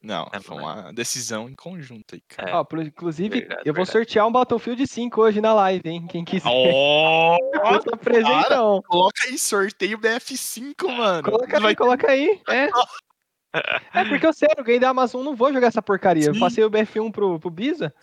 Não, É, foi não é. uma decisão em conjunto aí, cara. É. Ó, inclusive, Verdade, eu vou verdade. sortear um Battlefield 5 hoje na live, hein? Quem quiser. Ó, Eu tô presentão. coloca aí, sorteio BF5, mano. Coloca aí. É porque eu sério, eu ganhei da Amazon, não vou jogar essa porcaria. Eu Sim. passei o BF1 pro Biza.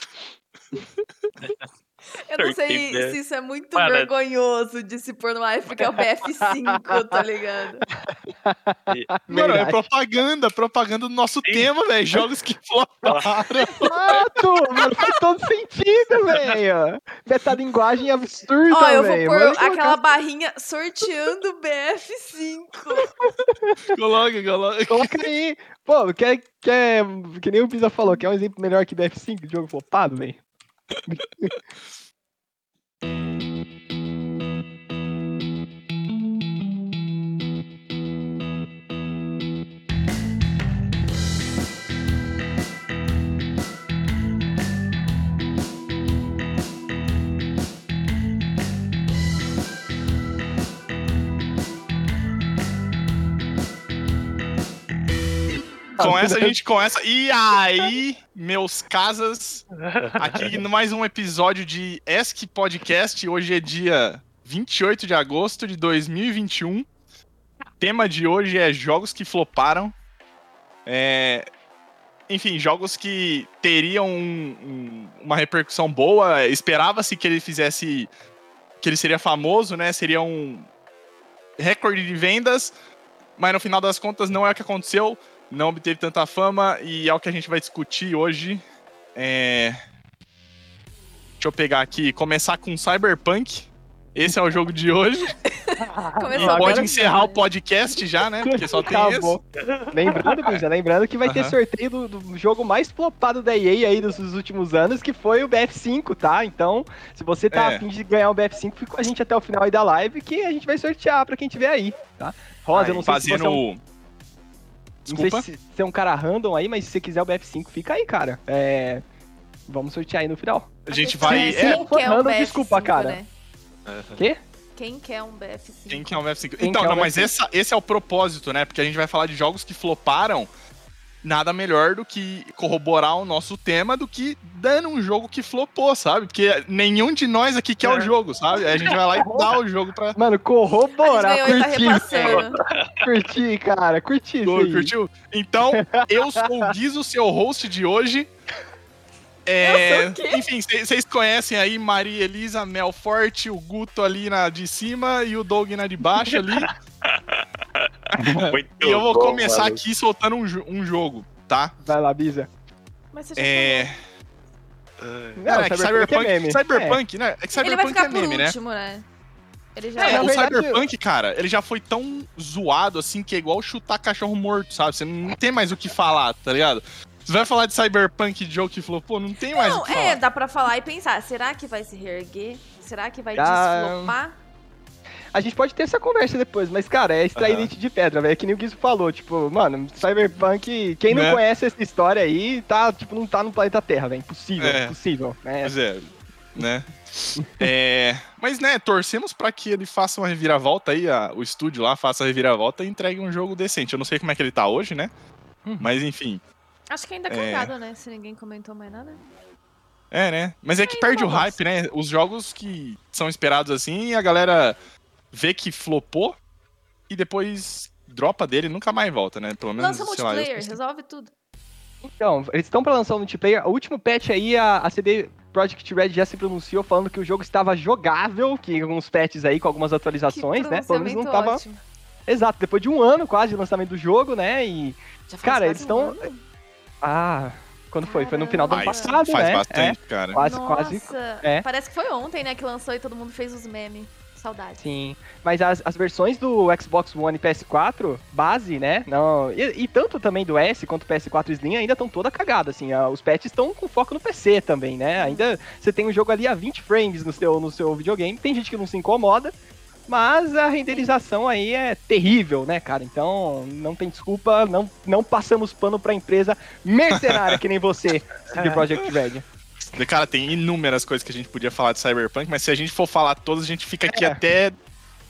Eu não sei Sorteio, se isso é muito Mano, vergonhoso de se pôr no live, porque é o BF5, tá ligado? Mano, é Verdade. propaganda do nosso Sim. tema, velho. Jogos que floparam. Exato, mano, faz todo sentido, velho. Metalinguagem absurda, Ó, eu vou velho. pôr Manda colocar. aquela barrinha sorteando BF5. Coloca. Coloca aí. Pô, que nem o Pisa falou, quer um exemplo melhor que BF5 de jogo flopado, velho? Com essa a gente começa. E aí, meus casas, aqui no mais um episódio de ESC Podcast. Hoje é dia 28 de agosto de 2021. O tema de hoje é jogos que floparam. Enfim, jogos que teriam uma repercussão boa. Esperava-se que ele fizesse. Que ele seria famoso, né? Seria um recorde de vendas. Mas no final das contas não é o que aconteceu. Não obteve tanta fama e é o que a gente vai discutir hoje. Deixa eu pegar aqui, começar com Cyberpunk. Esse é o jogo de hoje. Começou E agora pode sim, encerrar né? o podcast já, né? Porque só tem Acabou. Lembrando que vai ter Aham. sorteio do jogo mais flopado da EA aí dos últimos anos, que foi o BF5, tá? Então, se você tá afim de ganhar o BF5, fica com a gente até o final aí da live, que a gente vai sortear pra quem tiver aí, tá? Rosa, eu não sei se você é um... Desculpa? Não sei se você é um cara random aí, mas se você quiser o BF5, fica aí, cara. Vamos sortear aí no final. A gente vai... Quem for quer um random, BF5, desculpa, cara. né? Quê? Quem quer um BF5? Quem quer um BF5? Quem Então, quer um não, mas BF5? esse é o propósito, né? Porque a gente vai falar de jogos que floparam. Nada melhor do que corroborar o nosso tema do que dando um jogo que flopou, sabe? Porque nenhum de nós aqui quer o jogo, sabe? Aí a gente vai lá e dá o jogo pra... Mano, A corroborar, gente ganhou e tá curti, repassando. curti, cara, curti isso aí. Curtiu? Então, eu sou o Guizo, seu host de hoje. Eu sou o quê? Enfim, vocês conhecem aí Maria Elisa, Mel Forte, o Guto ali na de cima e o Doug na de baixo ali. Muito E eu vou bom, começar mano. aqui soltando um jogo, tá? Vai lá, Bisa. Mas você já Não, Cara, é que Cyberpunk é meme. Cyberpunk, né? É que falou. Ele vai Cyberpunk ficar é meme, por né? último, né? Ele já... na O verdade, Cyberpunk, cara, ele já foi tão zoado assim que é igual chutar cachorro morto, sabe? Você não tem mais o que falar, tá ligado? Você vai falar de Cyberpunk de jogo que falou, pô, não tem mais o Não, que falar. dá pra falar e pensar. Será que vai se reerguer? Será que vai Ah, desflopar? A gente pode ter essa conversa depois, mas, cara, é extrair Aham. leite de pedra, velho. É que nem o Guizo falou, tipo, mano, Cyberpunk, quem não Né? conhece essa história aí, tá, tipo, não tá no planeta Terra, velho. Impossível, É. impossível. Pois é, né? Mas, né, torcemos pra que ele faça uma reviravolta aí, o estúdio lá faça a reviravolta e entregue um jogo decente. Eu não sei como é que ele tá hoje, né? Mas, enfim. Acho que ainda é cagado, né? Se ninguém comentou mais nada. Né? Mas é que perde o hype, né? Os jogos que são esperados assim, a galera vê que flopou e depois dropa dele e nunca mais volta, né? Pelo menos, Lança sei lá, multiplayer, resolve tudo. Então, eles estão pra lançar o multiplayer. O último patch aí, a CD Projekt Red já se pronunciou falando que o jogo estava jogável, que alguns patches aí com algumas atualizações, né? Pelo menos não pronunciamento tava... ótimo. Exato, depois de um ano quase de lançamento do jogo, né? E, Já faz cara, quase eles estão... um ano. Quando foi? Foi no final do ano Faz- passado, faz né? bastante, cara. Quase. Nossa, É. parece que foi ontem, né, que lançou e todo mundo fez os memes. Saudade. Sim, mas as versões do Xbox One e PS4 base, né? Não, e tanto também do S quanto o PS4 Slim ainda estão toda cagada, assim. Os patches estão com foco no PC também, né? Ainda você tem um jogo ali a 20 frames no seu videogame. Tem gente que não se incomoda, mas a renderização aí é terrível, né, cara? Então não tem desculpa, não passamos pano pra empresa mercenária que nem você, CD Projekt Red. Cara, tem inúmeras coisas que a gente podia falar de Cyberpunk, mas se a gente for falar todas, a gente fica aqui até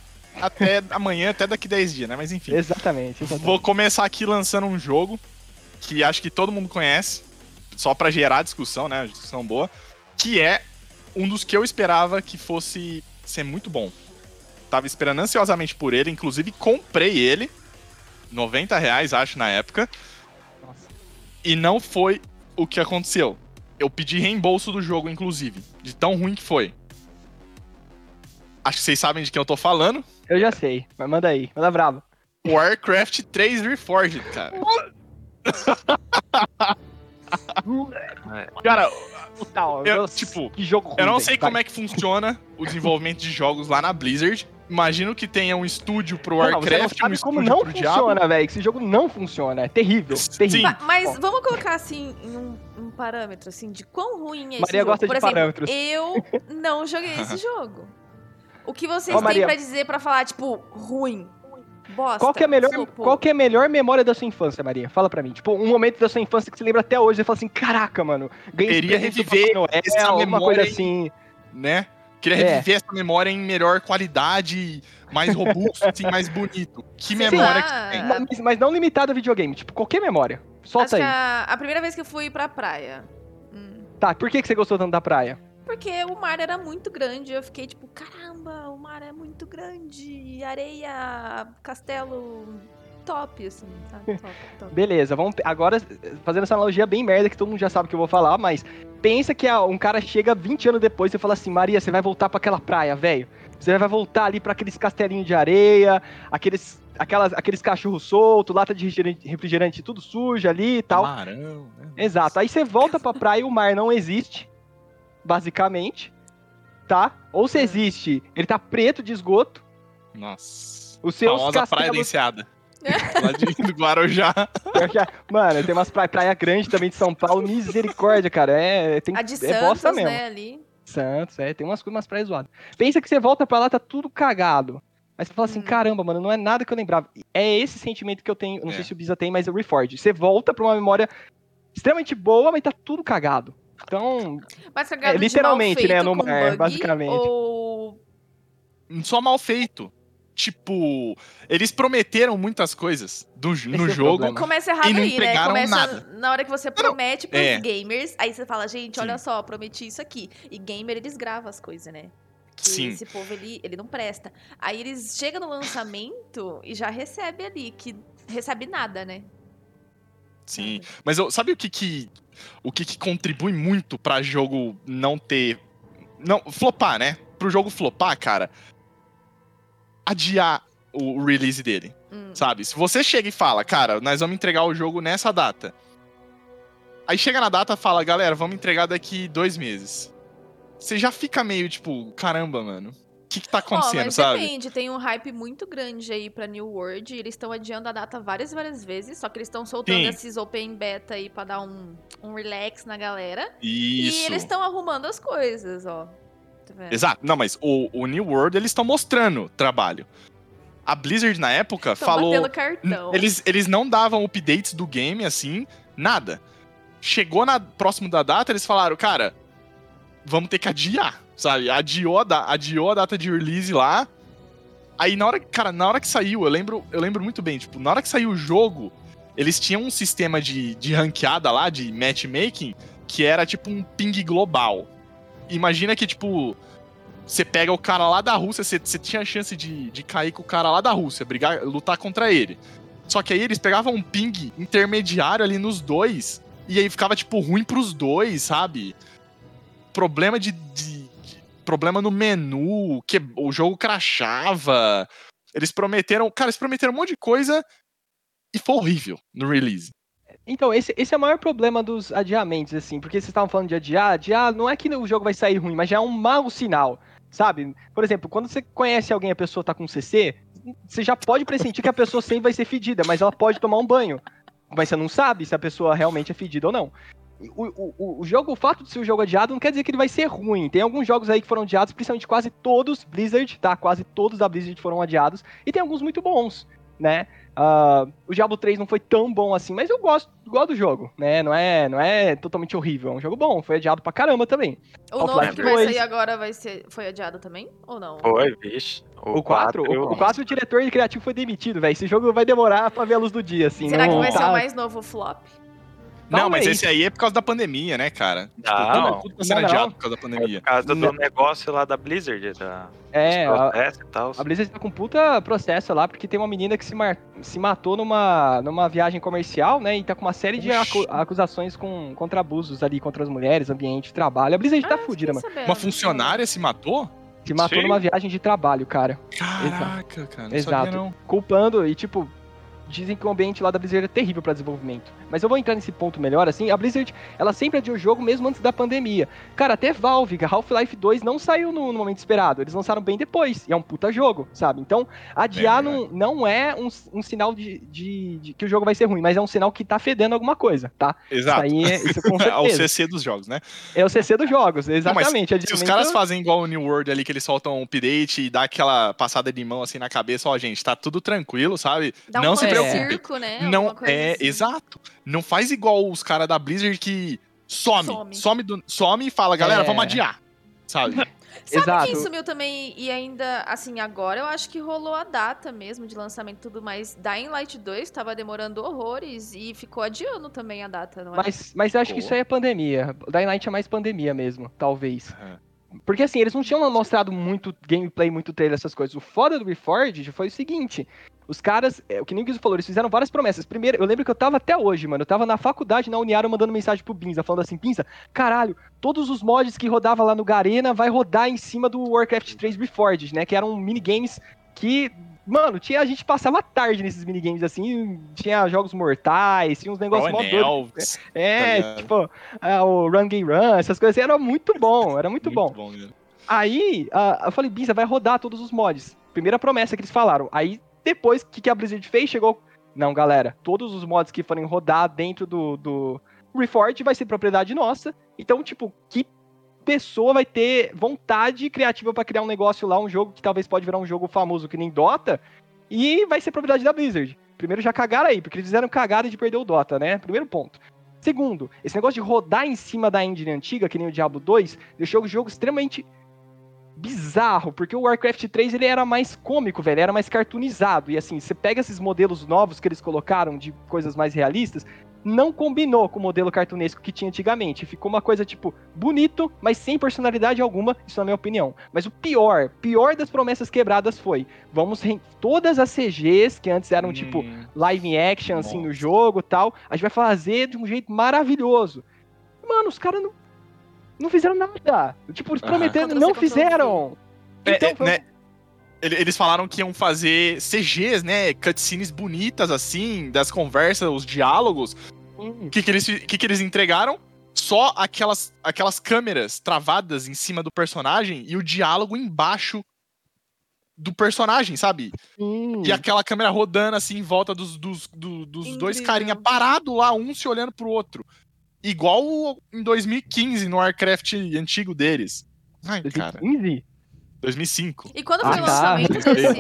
amanhã, até daqui 10 dias, né? Mas enfim. Exatamente. Vou começar aqui lançando um jogo que acho que todo mundo conhece, só pra gerar discussão, né? Discussão boa, que é um dos que eu esperava que fosse ser muito bom. Tava esperando ansiosamente por ele, inclusive comprei ele, R$90, acho, na época. Nossa. E não foi o que aconteceu. Eu pedi reembolso do jogo, inclusive, de tão ruim que foi. Acho que vocês sabem de quem eu tô falando. Eu já sei, mas manda aí, manda bravo. Warcraft 3 Reforged, cara. Cara, Total, tipo, que jogo ruim, eu não velho. sei como é que funciona o desenvolvimento de jogos lá na Blizzard. Imagino que tenha um estúdio pro Não, Warcraft, você não um sabe como estúdio não pro Diablo. funciona, velho. Esse jogo não funciona. É terrível. Terrível. Sim. Mas vamos colocar assim em um parâmetro assim de quão ruim é esse Maria jogo. gosta Por de exemplo, parâmetros. eu não joguei esse jogo. O que vocês Ó, têm Maria. pra dizer pra falar, tipo, ruim? Bosta. Qual que é a melhor memória da sua infância, Maria? Fala pra mim. Tipo, um momento da sua infância que você lembra até hoje. Você fala assim, caraca, mano. Ganhei esse Queria presente do reviver Papai essa Noel, uma coisa memória assim. Né? Queria reviver essa memória em melhor qualidade, mais robusto, assim, mais bonito. Que Sei memória lá. que você tem? Mas não limitada a videogame. Tipo, qualquer memória. Acho Solta que aí. a primeira vez que eu fui pra praia. Tá, por que você gostou tanto da praia? Porque o mar era muito grande. Eu fiquei tipo, caramba, o mar é muito grande. Areia, castelo, top, assim, sabe? Top. Beleza, vamos agora fazendo essa analogia bem merda que todo mundo já sabe que eu vou falar, mas pensa que um cara chega 20 anos depois e fala assim, Maria, você vai voltar pra aquela praia, velho. Você vai voltar ali pra aqueles castelinhos de areia, aqueles cachorros soltos, lata de refrigerante tudo sujo ali e tal. Camarão, né? Exato. Aí você volta pra praia e o mar não existe, basicamente, tá? Ou se existe, ele tá preto de esgoto. Nossa. Os seus Famosa praia da Enseada. Lá do Guarujá. Mano, tem umas praia grande também de São Paulo, misericórdia, cara. A de é bosta Santos, mesmo. né, ali. Santos, tem umas praias zoadas. Pensa que você volta pra lá, tá tudo cagado. Aí você fala assim, caramba, mano, não é nada que eu lembrava. É esse sentimento que eu tenho, não sei se o Bisa tem, mas o Reforged. Você volta pra uma memória extremamente boa, mas tá tudo cagado. Então, Mas cagado literalmente, de mal né, feito no com mar, bug, basicamente. Ou... Só mal feito. Tipo, eles prometeram muitas coisas no jogo Começa errado e não aí, né? entregaram Começa nada. na hora que você promete pros É. gamers, aí você fala, gente, olha Sim. só, prometi isso aqui. E gamer, eles gravam as coisas, né? Que Sim. esse povo, ele não presta. Aí eles chegam no lançamento e já recebe ali, que recebe nada, né? Sim. Mas sabe o que contribui muito pra jogo não ter... Não, flopar, né? Pro jogo flopar, cara, adiar o release dele, sabe? Se você chega e fala, cara, nós vamos entregar o jogo nessa data. Aí chega na data e fala, galera, vamos entregar daqui 2 meses. Você já fica meio tipo, caramba, mano. O que tá acontecendo, mas sabe? depende, tem um hype muito grande aí pra New World, e eles estão adiando a data várias vezes, só que eles estão soltando Sim. esses open beta aí pra dar um relax na galera. Isso. E eles estão arrumando as coisas, ó. Tá vendo? Exato. Não, mas o New World, eles estão mostrando trabalho. A Blizzard, na época, Tão falou... batendo cartão. Eles não davam updates do game, assim, nada. Chegou próximo da data, eles falaram, cara, vamos ter que adiar, sabe? Adiou a data de release lá. Aí, na hora que saiu, eu lembro muito bem, tipo, na hora que saiu o jogo, eles tinham um sistema de ranqueada lá, de matchmaking, que era tipo um ping global. Imagina que, tipo, você pega o cara lá da Rússia, você tinha a chance de cair com o cara lá da Rússia, lutar contra ele. Só que aí eles pegavam um ping intermediário ali nos dois, e aí ficava, tipo, ruim pros dois, sabe? Problema problema no menu, que o jogo crashava. Eles prometeram um monte de coisa e foi horrível no release. Então, esse é o maior problema dos adiamentos, assim, porque vocês estavam falando de adiar, não é que o jogo vai sair ruim, mas já é um mau sinal, sabe? Por exemplo, quando você conhece alguém e a pessoa tá com CC, você já pode pressentir que a pessoa sempre vai ser fedida, mas ela pode tomar um banho. Mas você não sabe se a pessoa realmente é fedida ou não. O fato de ser um jogo adiado não quer dizer que ele vai ser ruim. Tem alguns jogos aí que foram adiados, principalmente quase todos Blizzard, tá? Quase todos da Blizzard foram adiados. E tem alguns muito bons, né? O Diablo 3 não foi tão bom assim, mas eu gosto do jogo, né? Não é totalmente horrível, é um jogo bom, foi adiado pra caramba também. O novo que vai sair agora foi adiado também? Ou não? Foi, vixe. O 4? O 4, o diretor criativo foi demitido, velho. Esse jogo vai demorar pra ver a luz do dia, assim. Será não, que vai ser o mais novo flop? Não, mas Talvez. esse aí é por causa da pandemia, né, cara? Não. Tudo tá sendo Não. adiado por causa da É pandemia. por causa Não. do negócio lá da Blizzard, dos processos e tal. A Blizzard tá com um puta processo lá, porque tem uma menina que se matou numa viagem comercial, né? E tá com uma série de Oxi. acusações contra abusos ali, contra as mulheres, ambiente de trabalho. A Blizzard tá fudida, mano. Uma funcionária se matou? Se matou Sim. numa viagem de trabalho, cara. Caraca, cara, não Exato. sabia não. Culpando e, tipo, dizem que o ambiente lá da Blizzard é terrível pra desenvolvimento. Mas eu vou entrar nesse ponto melhor, assim. A Blizzard, ela sempre adiou o jogo mesmo antes da pandemia. Cara, até Valve, Half-Life 2 não saiu no momento esperado. Eles lançaram bem depois. E é um puta jogo, sabe? Então, adiar não é um sinal de que o jogo vai ser ruim, mas é um sinal que tá fedendo alguma coisa, tá? Exato. Isso com É o certeza. CC dos jogos, né? É o CC dos jogos, exatamente. Se os caras fazem igual o New World ali, que eles soltam um update e dá aquela passada de mão assim na cabeça, ó, gente, tá tudo tranquilo, sabe? Dá Não um se plano de preocupe. circo, né? Não Alguma coisa é, assim. exato. Não faz igual os caras da Blizzard que some e fala, galera, vamos adiar. Sabe? Sabe Exato. quem sumiu também e ainda, assim, agora eu acho que rolou a data mesmo de lançamento e tudo mais. Dying Light 2 tava demorando horrores e ficou adiando também a data, não é? Mas eu acho que isso aí é pandemia. Dying Light é mais pandemia mesmo, talvez. Uhum. Porque assim, eles não tinham mostrado muito gameplay, muito trailer, essas coisas. O foda do Reforged foi o seguinte: os caras, o que nem o Guizo falou, eles fizeram várias promessas. Primeiro, eu lembro que eu tava até hoje, mano. Eu tava na faculdade, na Uniara, mandando mensagem pro Binza, falando assim: Binza, caralho, todos os mods que rodava lá no Garena vai rodar em cima do Warcraft 3 Reforged, né? Que eram minigames que. Mano, a gente passava tarde nesses minigames assim, tinha jogos mortais, tinha uns negócios mó doidos. Tipo, o Run Game Run, essas coisas assim, era muito bom, era muito bom. Cara. Aí, eu falei, Bisa, vai rodar todos os mods. Primeira promessa que eles falaram. Aí, depois, o que a Blizzard fez? Chegou, não, galera, todos os mods que forem rodar dentro do Reforged vai ser propriedade nossa. Então, tipo, que pessoa vai ter vontade criativa pra criar um negócio lá, um jogo que talvez pode virar um jogo famoso que nem Dota, e vai ser propriedade da Blizzard. Primeiro, já cagaram aí, porque eles fizeram cagada de perder o Dota, né? Primeiro ponto. Segundo, esse negócio de rodar em cima da engine antiga, que nem o Diablo 2, deixou o jogo extremamente bizarro, porque o Warcraft 3 ele era mais cômico, velho, era mais cartoonizado, e assim, você pega esses modelos novos que eles colocaram de coisas mais realistas, não combinou com o modelo cartunesco que tinha antigamente. Ficou uma coisa, tipo, bonito, mas sem personalidade alguma, isso na minha opinião. Mas o pior das promessas quebradas foi, todas as CGs, que antes eram, tipo, live action, assim, no jogo e tal, a gente vai fazer de um jeito maravilhoso. Mano, os caras não fizeram nada. Tipo, eles prometeram, não fizeram. Então, né? Eles falaram que iam fazer CGs, né? Cutscenes bonitas, assim, das conversas, os diálogos. O que eles entregaram? Só aquelas câmeras travadas em cima do personagem e o diálogo embaixo do personagem, sabe? E aquela câmera rodando, assim, em volta dos dois carinha parado lá, um se olhando pro outro. Igual em 2015, no Warcraft antigo deles. Ai, 2015? Cara. 2005. E quando foi o lançamento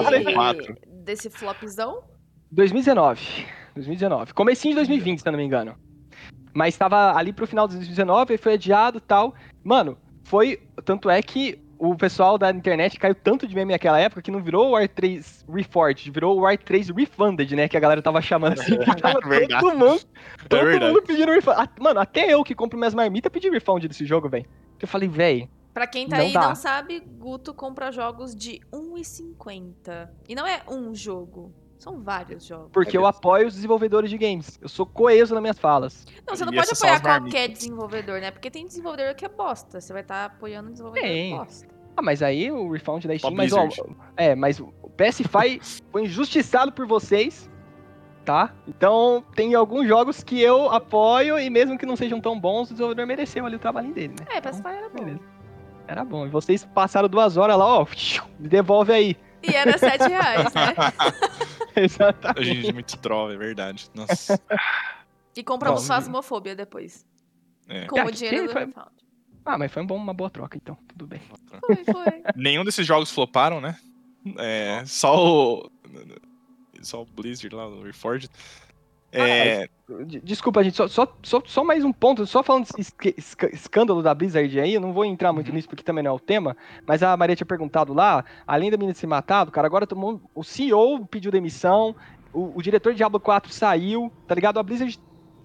desse flopzão? 2019. Comecinho de 2020, se eu não me engano. Mas tava ali pro final de 2019, foi adiado e tal. Mano, tanto é que o pessoal da internet caiu tanto de meme naquela época que não virou o War 3 Reforged, virou o War 3 Refunded, né? Que a galera tava chamando assim. Que tava todo mundo pedindo refund. Mano, até eu que compro minhas marmitas pedi refund desse jogo, velho. Eu falei, velho. Pra quem tá aí e não sabe, Guto compra jogos de R$1,50. E não é um jogo. São vários jogos. Porque eu apoio os desenvolvedores de games. Eu sou coeso nas minhas falas. Não, você não pode apoiar qualquer desenvolvedor, né? Porque tem desenvolvedor que é bosta. Você vai estar apoiando um desenvolvedor bosta. Ah, mas aí o refund da Steam... Mas o PSFi foi injustiçado por vocês, tá? Então, tem alguns jogos que eu apoio e mesmo que não sejam tão bons, o desenvolvedor mereceu ali o trabalhinho dele, né? PSFi era bom. Beleza. Era bom. E vocês passaram 2 horas lá, ó, devolve aí. E era R$7, né? Exatamente. A gente é muito troll, é verdade. Nossa. E compramos Phasmophobia depois. Com o dinheiro do refund. Mas foi uma boa troca, então. Tudo bem. Foi. Nenhum desses jogos floparam, né? Só o Blizzard lá, o Reforged. Desculpa, gente, só mais um ponto, só falando desse escândalo da Blizzard aí, eu não vou entrar muito nisso porque também não é o tema, mas a Maria tinha perguntado lá, além da menina ter se matado, cara, agora o CEO pediu demissão, o diretor de Diablo 4 saiu, tá ligado? A Blizzard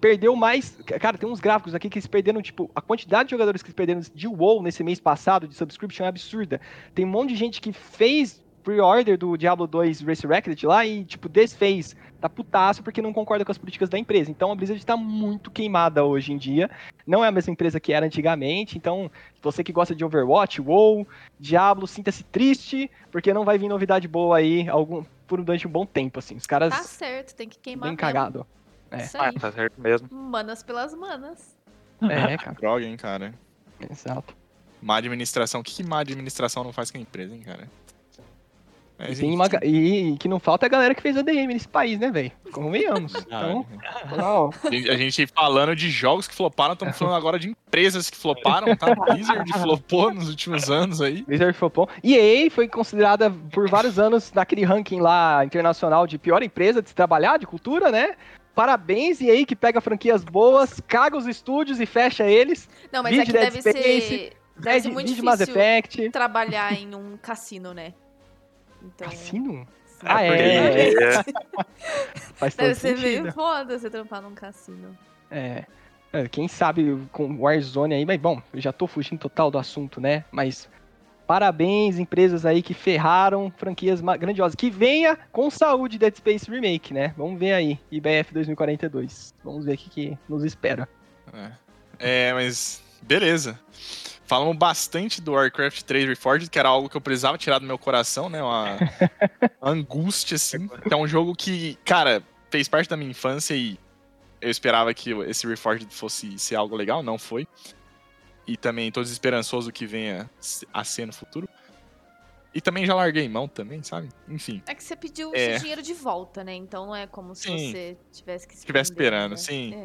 perdeu mais... Cara, tem uns gráficos aqui que eles perderam, tipo, a quantidade de jogadores que eles perderam de WoW nesse mês passado, de subscription, é absurda. Tem um monte de gente que fez pre-order do Diablo 2 Resurrected lá e, tipo, desfez. Tá putaço porque não concorda com as políticas da empresa. Então a Blizzard tá muito queimada hoje em dia. Não é a mesma empresa que era antigamente. Então, você que gosta de Overwatch, WoW, Diablo, sinta-se triste, porque não vai vir novidade boa aí durante um bom tempo, assim. Os caras... Tá certo, tem que queimar bem mesmo. cagado. Isso aí. Tá certo mesmo. Manas pelas manas. É, cara. Droga, hein, cara. Exato. Má administração. O que má administração não faz com a empresa, hein, cara? Mas, E que não falta a galera que fez ADM nesse país, né, velho? Convenhamos. Então, não. A gente falando de jogos que floparam, estamos falando agora de empresas que floparam, tá? Blizzard flopou nos últimos anos aí. Blizzard flopou. EA foi considerada por vários anos naquele ranking lá internacional de pior empresa de se trabalhar, de cultura, né? Parabéns, EA, que pega franquias boas, caga os estúdios e fecha eles. Não, mas é que deve ser muito difícil Mass Effect. trabalhar em um cassino, né? Então, Cassino? sim. Ah, é. Faz todo Deve ser sentido. meio foda você trampar num cassino. Quem sabe com Warzone aí, mas bom, eu já tô fugindo total do assunto, né? Mas parabéns, empresas aí que ferraram franquias grandiosas. Que venha com saúde Dead Space Remake, né? Vamos ver aí, IBF 2042. Vamos ver o que nos espera. Mas beleza. Falamos bastante do Warcraft 3 Reforged, que era algo que eu precisava tirar do meu coração, né? Uma angústia, assim. É um jogo que, cara, fez parte da minha infância e eu esperava que esse Reforged fosse ser algo legal, não foi. E também tô desesperançoso que venha a ser no futuro. E também já larguei mão também, sabe? Enfim. É que você pediu o seu dinheiro de volta, né? Então não é como se você tivesse que estivesse esperando, né? sim.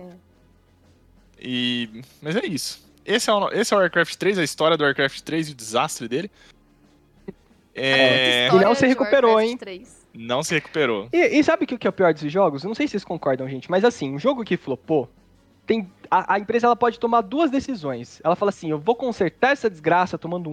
Mas é isso. Esse é o Warcraft 3, a história do Warcraft 3 e o desastre dele. E não se recuperou, hein? 3. Não se recuperou. E sabe o que é o pior desses jogos? Eu não sei se vocês concordam, gente, mas assim, um jogo que flopou, a empresa ela pode tomar duas decisões. Ela fala assim, eu vou consertar essa desgraça tomando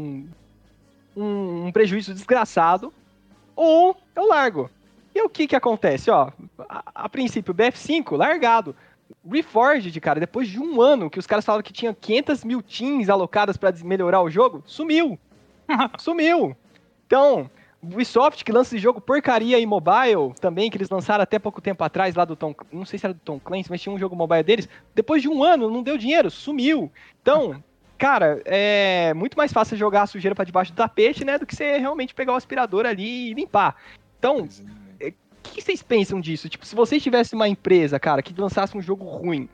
um prejuízo desgraçado, ou eu largo. E o que acontece? Ó, a princípio, BF5, largado. Reforged, cara, depois de um ano que os caras falaram que tinha 500 mil teams alocadas pra melhorar o jogo, sumiu. Sumiu. Então, o Ubisoft, que lança esse jogo porcaria em mobile, também, que eles lançaram até pouco tempo atrás, lá do Tom... Não sei se era do Tom Clancy, mas tinha um jogo mobile deles. Depois de um ano, não deu dinheiro, sumiu. Então, cara, é muito mais fácil jogar a sujeira pra debaixo do tapete, né, do que você realmente pegar o aspirador ali e limpar. Então... O que vocês pensam disso? Tipo, se vocês tivessem uma empresa, cara, que lançasse um jogo ruim...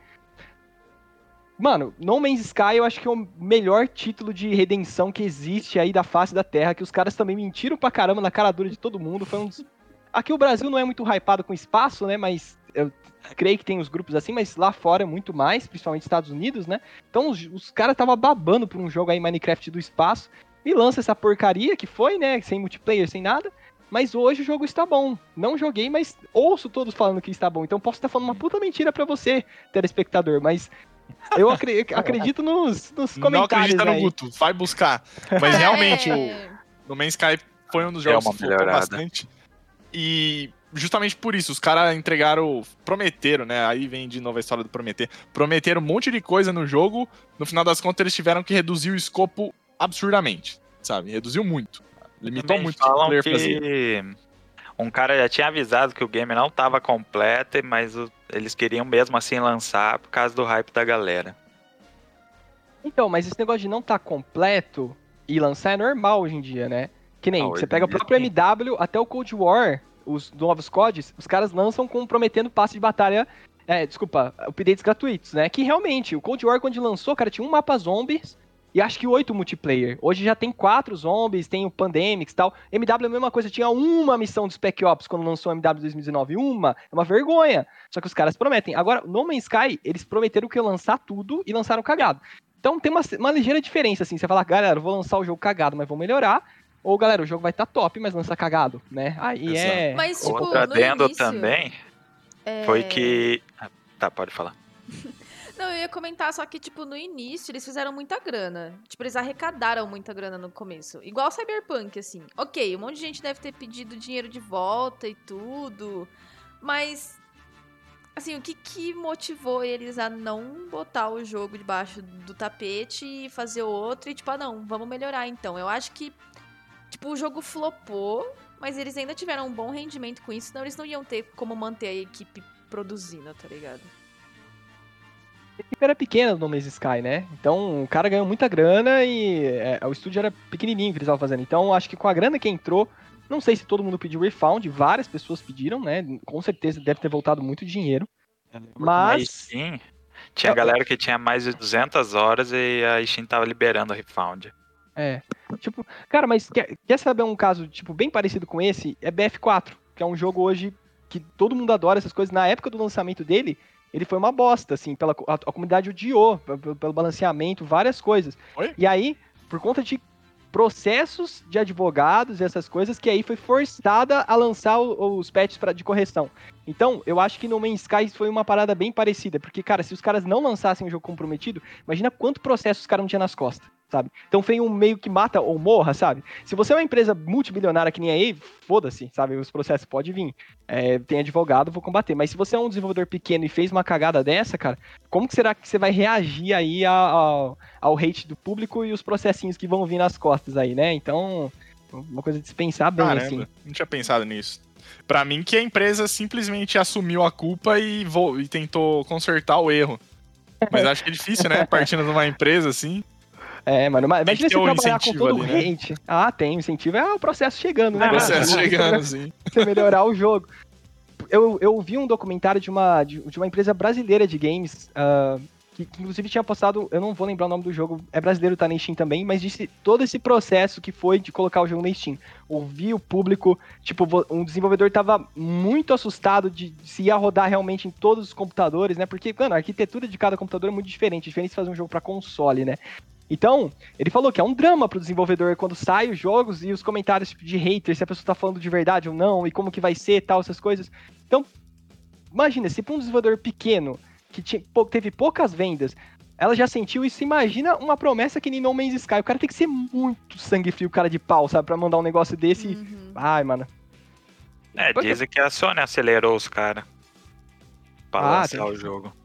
Mano, No Man's Sky eu acho que é o melhor título de redenção que existe aí da face da Terra, que os caras também mentiram pra caramba na cara dura de todo mundo. Foi um dos... Aqui o Brasil não é muito hypado com espaço, né, mas eu creio que tem os grupos assim, mas lá fora é muito mais, principalmente Estados Unidos, né? Então os caras estavam babando por um jogo aí Minecraft do espaço e lança essa porcaria que foi, né, sem multiplayer, sem nada. Mas hoje o jogo está bom. Não joguei, mas ouço todos falando que está bom. Então posso estar falando uma puta mentira pra você, telespectador. Mas eu acredito nos comentários. Não acredita aí. no Guto, vai buscar. Mas realmente, o No Man's Sky foi um dos jogos que flopou bastante. E justamente por isso, os caras prometeram, né? Aí vem de novo a história do prometer. Prometeram um monte de coisa no jogo. No final das contas, eles tiveram que reduzir o escopo absurdamente, sabe? Reduziu muito. Limitou muito o que o player fazia. Um cara já tinha avisado que o game não estava completo, mas eles queriam mesmo assim lançar por causa do hype da galera. Então, mas esse negócio de não estar completo e lançar é normal hoje em dia, né? Que nem, você pega o próprio MW, até o Cold War, os novos CODs, os caras lançam prometendo passe de batalha, updates gratuitos, né? Que realmente, o Cold War quando lançou, cara, tinha um mapa zombies, e acho que 8 multiplayer. Hoje já tem 4 zombies, tem o Pandemics e tal. MW é a mesma coisa, tinha uma missão de Spec Ops quando lançou o MW 2019. É uma vergonha. Só que os caras prometem. Agora, No Man's Sky, eles prometeram que ia lançar tudo e lançaram cagado. Então tem uma ligeira diferença, assim. Você fala, galera, eu vou lançar o jogo cagado, mas vou melhorar. Ou, galera, o jogo vai estar top, mas lança cagado, né? Aí Exato. Mas, tipo, outra no adendo início, também foi que... Tá, pode falar. Não, eu ia comentar, só que, tipo, no início eles fizeram muita grana. Tipo, eles arrecadaram muita grana no começo. Igual Cyberpunk, assim. Ok, um monte de gente deve ter pedido dinheiro de volta e tudo. Mas, Assim, o que motivou eles a não botar o jogo debaixo do tapete e fazer outro e, tipo, não, vamos melhorar então. Eu acho que, tipo, o jogo flopou, mas eles ainda tiveram um bom rendimento com isso, senão eles não iam ter como manter a equipe produzindo, tá ligado? A equipe era pequena no No Man's Sky, né? Então o cara ganhou muita grana e o estúdio era pequenininho que eles estavam fazendo. Então acho que com a grana que entrou, não sei se todo mundo pediu refund, várias pessoas pediram, né? Com certeza deve ter voltado muito dinheiro. Mas Steam, tinha galera que tinha mais de 200 horas e a Steam tava liberando o refund. Tipo, cara, mas quer saber um caso, tipo, bem parecido com esse? É BF4, que é um jogo hoje que todo mundo adora essas coisas. Na época do lançamento dele, ele foi uma bosta, assim, a comunidade odiou, pelo balanceamento, várias coisas. Oi? E aí, por conta de processos de advogados e essas coisas, que aí foi forçada a lançar os patches de correção. Então, eu acho que No Man's Sky foi uma parada bem parecida, porque, cara, se os caras não lançassem o jogo comprometido, imagina quanto processo os caras não tinham nas costas, sabe? Então foi um meio que mata ou morra, sabe? Se você é uma empresa multibilionária que nem a EA, foda-se, sabe? Os processos podem vir. Tem advogado, vou combater. Mas se você é um desenvolvedor pequeno e fez uma cagada dessa, cara, como que será que você vai reagir aí ao hate do público e os processinhos que vão vir nas costas aí, né? Então, uma coisa de se pensar bem, Caramba, assim. não tinha pensado nisso. Pra mim que a empresa simplesmente assumiu a culpa e tentou consertar o erro. Mas acho que é difícil, né? Partindo de uma empresa assim. Mano, Tem imagina que você ter um trabalhar com incentivo todo o ali, né? hate. Ah, tem, o incentivo é o processo chegando, né? O processo cara? chegando, assim. Você melhorar o jogo. Eu vi um documentário de uma empresa brasileira de games, que inclusive tinha postado, eu não vou lembrar o nome do jogo, é brasileiro, tá na Steam também, mas disse todo esse processo que foi de colocar o jogo na Steam. Ouvir o público, tipo, um desenvolvedor tava muito assustado de se ia rodar realmente em todos os computadores, né? Porque, mano, a arquitetura de cada computador é muito diferente de fazer um jogo pra console, né? Então, ele falou que é um drama pro desenvolvedor quando sai os jogos e os comentários tipo, de haters, se a pessoa tá falando de verdade ou não, e como que vai ser, tal, essas coisas. Então, imagina, se pra um desenvolvedor pequeno, que teve poucas vendas, ela já sentiu isso, imagina uma promessa que nem No Man's Sky. O cara tem que ser muito sangue frio, cara de pau, sabe, pra mandar um negócio desse. Ai, mano. Dizem que a Sony acelerou os caras pra lançar o jogo.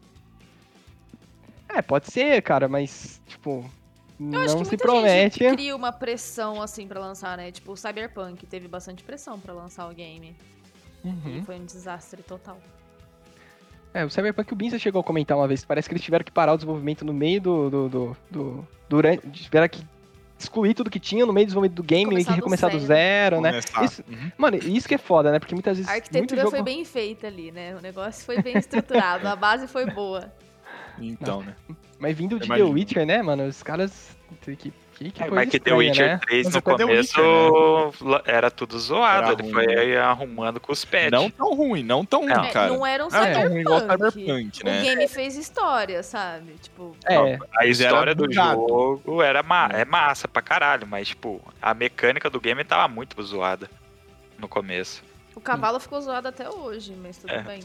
Pode ser, cara, mas, tipo... Eu acho que se muita promete. gente cria uma pressão, assim, pra lançar, né? Tipo, o Cyberpunk teve bastante pressão pra lançar o game. E foi um desastre total. O Cyberpunk, o Binza chegou a comentar uma vez, parece que eles tiveram que parar o desenvolvimento no meio durante... Tiveram que excluir tudo que tinha no meio do desenvolvimento do game, meio que recomeçar do zero, né? Isso, mano, isso que é foda, né? Porque muitas vezes... A arquitetura foi bem feita ali, né? O negócio foi bem estruturado, a base foi boa. Então, né? Mas vindo de The Witcher, né, mano? Os caras... Que mas que The Witcher 3 Mas no até The começo Witcher, era tudo zoado. Era Ele ruim, foi arrumando com os patches. Não tão ruim, cara. Não era um Não é tão ruim igual Cyberpunk, né? O game fez história, sabe? Tipo... A história do bugado. jogo é massa pra caralho, mas, tipo, a mecânica do game tava muito zoada no começo. O cavalo ficou zoado até hoje, mas tudo bem.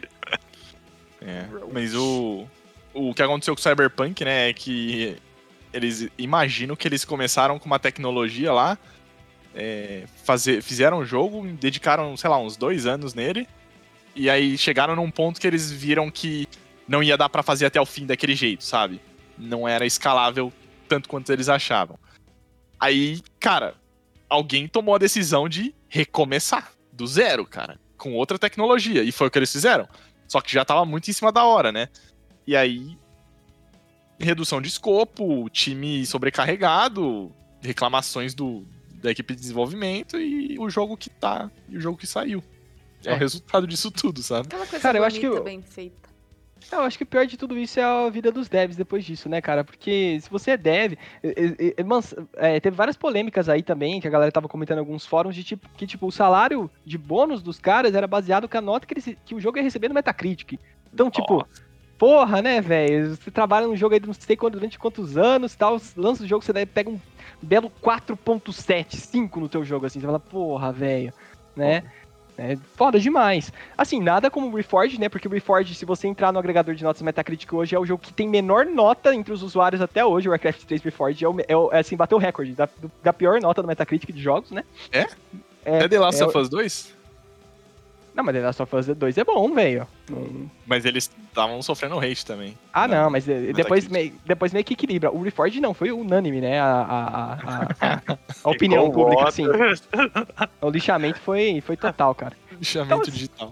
Mas o que aconteceu com o Cyberpunk, né, é que eles imaginam que eles começaram com uma tecnologia lá, fizeram o jogo, dedicaram, sei lá, uns 2 anos nele, e aí chegaram num ponto que eles viram que não ia dar pra fazer até o fim daquele jeito, sabe? Não era escalável tanto quanto eles achavam. Aí, cara, alguém tomou a decisão de recomeçar do zero, cara, com outra tecnologia, e foi o que eles fizeram. Só que já tava muito em cima da hora, né? E aí, redução de escopo, time sobrecarregado, reclamações da equipe de desenvolvimento e o jogo que tá, e o jogo que saiu. É o resultado disso tudo, sabe? Aquela coisa cara, bonita, eu acho que bem feita. Eu acho que o pior de tudo isso é a vida dos devs depois disso, né, cara? Porque se você é dev... teve várias polêmicas aí também, que a galera tava comentando em alguns fóruns, de tipo, o salário de bônus dos caras era baseado com a nota que o jogo ia receber no Metacritic. Então, tipo... Porra, né, velho? Você trabalha num jogo aí não sei durante quantos anos e tal, lança o jogo, você pega um belo 4.7, 5 no teu jogo, assim, você fala, porra, velho, né? É foda demais. Assim, nada como o Reforged, né? Porque o Reforged, se você entrar no agregador de notas Metacritic hoje, é o jogo que tem menor nota entre os usuários até hoje. O Warcraft 3 Reforged assim, bateu o recorde da pior nota do Metacritic de jogos, né? É The Last of Us 2? Não, mas The Last of Us 2 é bom, velho. Mas eles estavam sofrendo hate também. Não, mas depois, Metacritic. depois meio que equilibra. O Reforged não, foi unânime, né? A opinião Ficou pública, voto. assim. O lixamento foi total, cara. Lixamento Então, digital.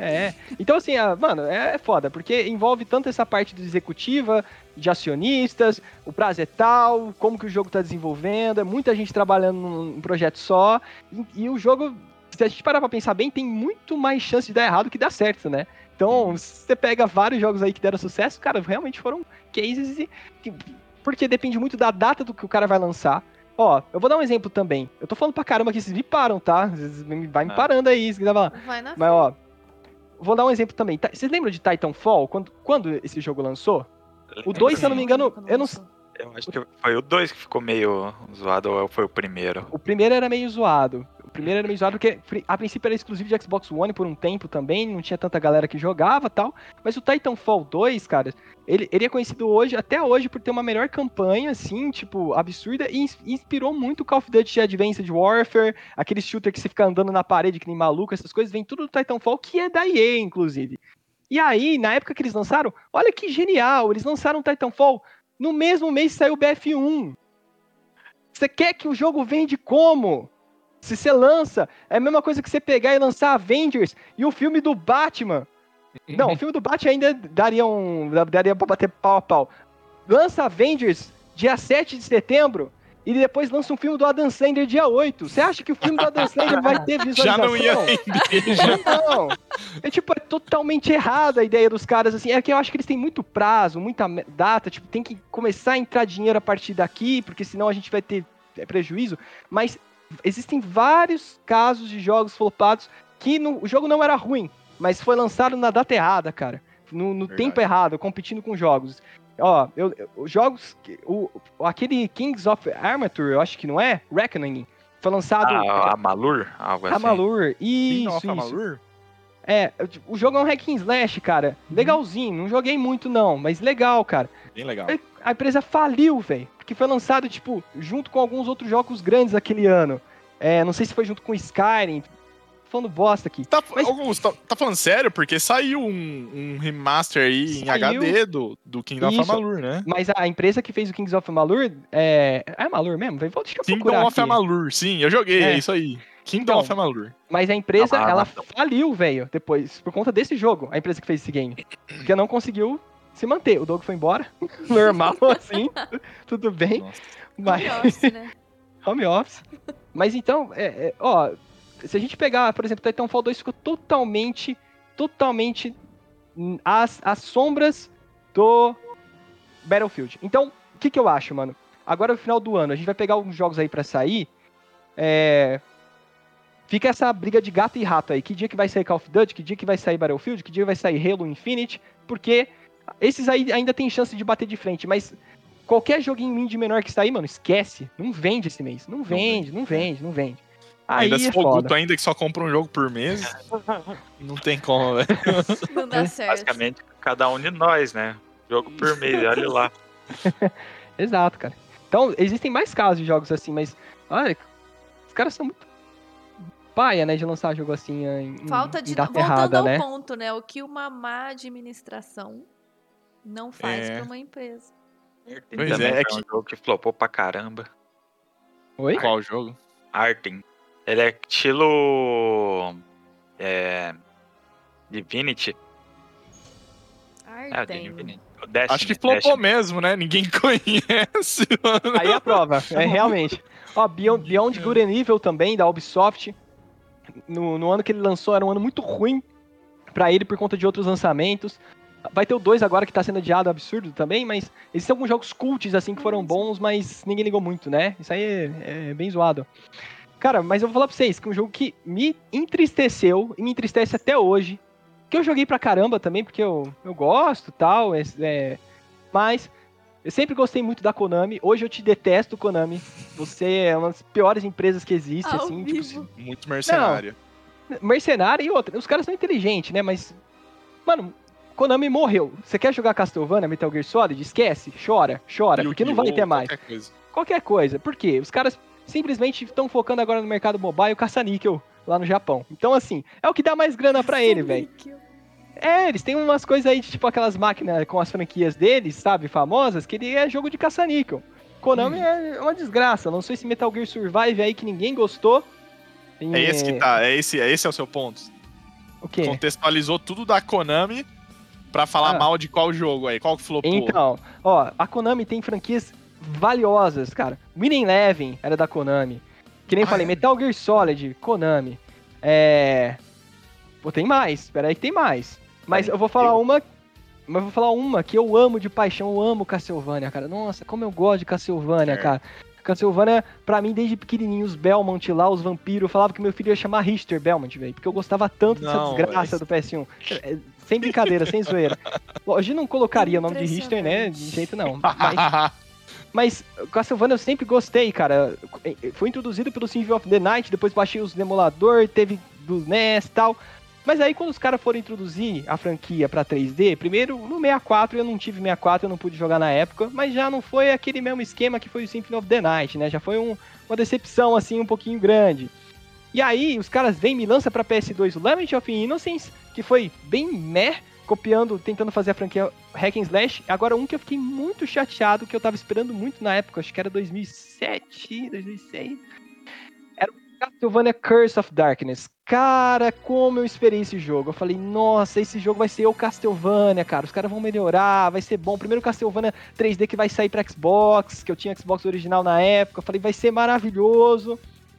Então assim, mano, é foda, porque envolve tanto essa parte de executiva, de acionistas, o prazo é tal, como que o jogo tá desenvolvendo, é muita gente trabalhando num projeto só, e o jogo, se a gente parar pra pensar bem, tem muito mais chance de dar errado que dar certo, né? Então, se você pega vários jogos aí que deram sucesso, cara, realmente foram cases, porque depende muito da data do que o cara vai lançar. Ó, eu vou dar um exemplo também. Eu tô falando pra caramba aqui, vocês me param, tá? Vocês vai me parando aí, se quiser falar. Vai na Mas, ó, vou dar um exemplo também. Vocês lembram de Titanfall? Quando esse jogo lançou? O 2, se eu não me engano, eu não sei. Eu acho que foi o 2 que ficou meio zoado, ou foi o primeiro? O primeiro era meio zoado. Porque a princípio era exclusivo de Xbox One por um tempo também, não tinha tanta galera que jogava e tal. Mas o Titanfall 2, cara, ele é conhecido hoje, até hoje, por ter uma melhor campanha, assim, tipo, absurda, e inspirou muito o Call of Duty Advanced Warfare, aquele shooter que você fica andando na parede que nem maluco, essas coisas, vem tudo do Titanfall, que é da EA, inclusive. E aí, na época que eles lançaram, olha que genial, eles lançaram Titanfall, no mesmo mês saiu o BF1. Você quer que o jogo vende como? Se você lança, é a mesma coisa que você pegar e lançar Avengers e o filme do Batman. Não, o filme do Batman ainda daria pra bater pau a pau. Lança Avengers dia 7 de setembro e depois lança um filme do Adam Sandler dia 8. Você acha que o filme do Adam Sandler vai ter visualização? Já não ia vender. Não. É totalmente errada a ideia dos caras, assim. É que eu acho que eles têm muito prazo, muita data, tipo, tem que começar a entrar dinheiro a partir daqui, porque senão a gente vai ter prejuízo. Mas existem vários casos de jogos flopados que o jogo não era ruim, mas foi lançado na data errada, cara. No tempo errado, competindo com jogos. Ó, jogos... aquele Kings of Armature, eu acho que não é? Reckoning. Foi lançado... Amalur? Algo assim. Amalur, isso. Amalur? O jogo é um hack and slash, cara. Legalzinho, não joguei muito não, mas legal, cara. Bem legal. A empresa faliu, velho, porque foi lançado, tipo, junto com alguns outros jogos grandes daquele ano. Não sei se foi junto com Skyrim, falando bosta aqui. Augusto, tá falando sério? Porque saiu um remaster aí em HD do Kingdom of Amalur, né? Mas a empresa que fez o Kings of Amalur é Amalur mesmo? Deixa eu Kingdom procurar of aqui. Amalur, sim, eu joguei, é isso aí. Kingdom of Amalur. Mas a empresa, ela faliu, velho, depois, por conta desse jogo, a empresa que fez esse game. Porque não conseguiu se manter. O Doug foi embora, normal, assim, tudo bem. Nossa. Mas... Home office, né? Home office. Mas então, se a gente pegar, por exemplo, Titanfall 2 ficou totalmente às sombras do Battlefield. Então, o que eu acho, mano? Agora, no final do ano, a gente vai pegar alguns jogos aí pra sair, fica essa briga de gato e rato aí. Que dia que vai sair Call of Duty? Que dia que vai sair Battlefield? Que dia vai sair Halo Infinite? Porque esses aí ainda tem chance de bater de frente, mas qualquer joguinho indie menor que sair, mano, esquece. Não vende esse mês. Não vende. Aí Ainda se for foda. Guto ainda que só compra um jogo por mês, não tem como, velho. Não dá certo. Basicamente, cada um de nós, né? Jogo por mês, olha lá. Exato, cara. Então, existem mais casos de jogos assim, mas olha, os caras são muito paia, né, de lançar jogo assim em Falta de... data Voltando errada, ao né? ponto, né? O que uma má administração não faz pra uma empresa. Pois Também é foi um jogo que flopou pra caramba. Oi? Qual jogo? Artem. Ele é estilo... Divinity. Artem. Divinity. O Destiny, Acho que flopou mesmo, né? Ninguém conhece, mano. Aí a prova, realmente. Ó, Beyond Good and Evil também, da Ubisoft. No ano que ele lançou, era um ano muito ruim pra ele por conta de outros lançamentos. Vai ter o 2 agora que tá sendo adiado, absurdo também, mas existem alguns jogos cults assim que foram bons, mas ninguém ligou muito, né? Isso aí é bem zoado. Cara, mas eu vou falar pra vocês que um jogo que me entristeceu e me entristece até hoje, que eu joguei pra caramba também, porque eu gosto e tal, mas eu sempre gostei muito da Konami. Hoje eu te detesto, Konami. Você é uma das piores empresas que existe, Ao assim, vivo. tipo, Muito mercenário. mercenário e outra. Os caras são inteligentes, né? Mas, mano, Konami morreu. Você quer jogar Castlevania, Metal Gear Solid? Esquece, chora, porque não vai ter mais. Qualquer coisa. Qualquer coisa. Por quê? Os caras simplesmente estão focando agora no mercado mobile caça-níquel. lá no Japão. Então, assim, é o que dá mais grana pra ele, velho. Eles têm umas coisas aí, tipo aquelas máquinas com as franquias deles, sabe, famosas, que ele é jogo de caça-níquel. Konami é uma desgraça. Não sei se Metal Gear Survive aí que ninguém gostou. É esse que tá, esse é o seu ponto. O quê? Contextualizou tudo da Konami pra falar mal de qual jogo aí, qual que flopou. Então, ó, a Konami tem franquias valiosas, cara. Winning Eleven era da Konami. Que nem falei, Metal Gear Solid, Konami. Pô, tem mais, espera aí que tem mais. Mas eu vou falar uma que eu amo de paixão, eu amo Castlevania, cara. Nossa, como eu gosto de Castlevania, cara. Castlevania, pra mim, desde pequenininho, os Belmont lá, os vampiros, eu falava que meu filho ia chamar Richter Belmont, velho, porque eu gostava tanto dessa desgraça do PS1. Sem brincadeira, sem zoeira. Hoje não colocaria o nome de Richter, né, de jeito não. Mas Castlevania eu sempre gostei, cara. Foi introduzido pelo Symphony of the Night, depois baixei os emulador, teve do NES e tal. Mas aí quando os caras foram introduzir a franquia pra 3D, primeiro no 64, eu não tive 64, eu não pude jogar na época, mas já não foi aquele mesmo esquema que foi o Symphony of the Night, né? Já foi uma decepção, assim, um pouquinho grande. E aí os caras vêm e me lançam pra PS2 o Lament of Innocence, que foi bem copiando, tentando fazer a franquia Hack and Slash. Agora um que eu fiquei muito chateado, que eu tava esperando muito na época, acho que era 2007, 2006... Era o Castlevania Curse of Darkness. Cara, como eu esperei esse jogo. Eu falei, nossa, esse jogo vai ser o Castlevania, cara. Os caras vão melhorar, vai ser bom. Primeiro Castlevania 3D que vai sair pra Xbox, que eu tinha Xbox original na época. Eu falei, vai ser maravilhoso.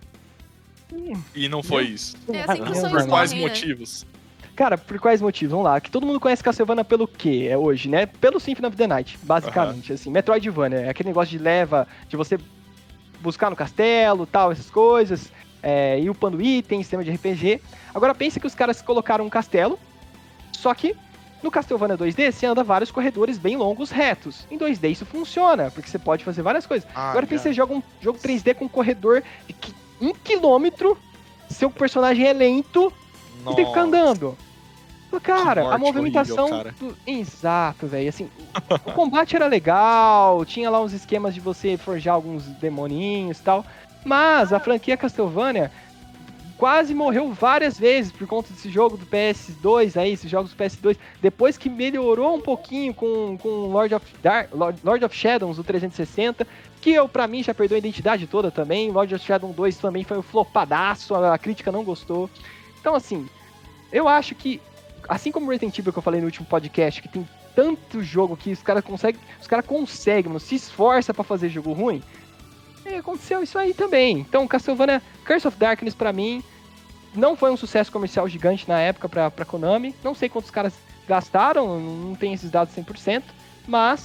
E não foi isso. É assim que os sonhos Por quais morrem, motivos? Cara, por quais motivos? Vamos lá. Que todo mundo conhece Castlevania pelo quê? É hoje, né? Pelo Symphony of the Night, basicamente. Assim, Metroidvania. É aquele negócio de leva, de você buscar no castelo, tal, essas coisas. E upando itens, sistema de RPG. Agora pensa que os caras colocaram um castelo, só que no Castlevania 2D você anda vários corredores bem longos, retos. Em 2D isso funciona, porque você pode fazer várias coisas. Agora pensa que você joga um jogo 3D com um corredor de 1 km, seu personagem é lento e tem que ficar andando. Cara, a movimentação... horrível, Exato, velho. Assim, o combate era legal, tinha lá uns esquemas de você forjar alguns demoninhos e tal. Mas a franquia Castlevania quase morreu várias vezes por conta desse jogo do PS2 aí, esses jogos do PS2. Depois que melhorou um pouquinho com Lord of Shadows, o 360, que pra mim já perdeu a identidade toda também. Lord of Shadows 2 também foi um flopadaço, a crítica não gostou. Então, assim, eu acho que, assim como Resident Evil que eu falei no último podcast, que tem tanto jogo que os caras conseguem, mano, se esforça pra fazer jogo ruim, aconteceu isso aí também. Então, Castlevania Curse of Darkness, pra mim, não foi um sucesso comercial gigante na época pra Konami. Não sei quantos caras gastaram, não tem esses dados 100%, mas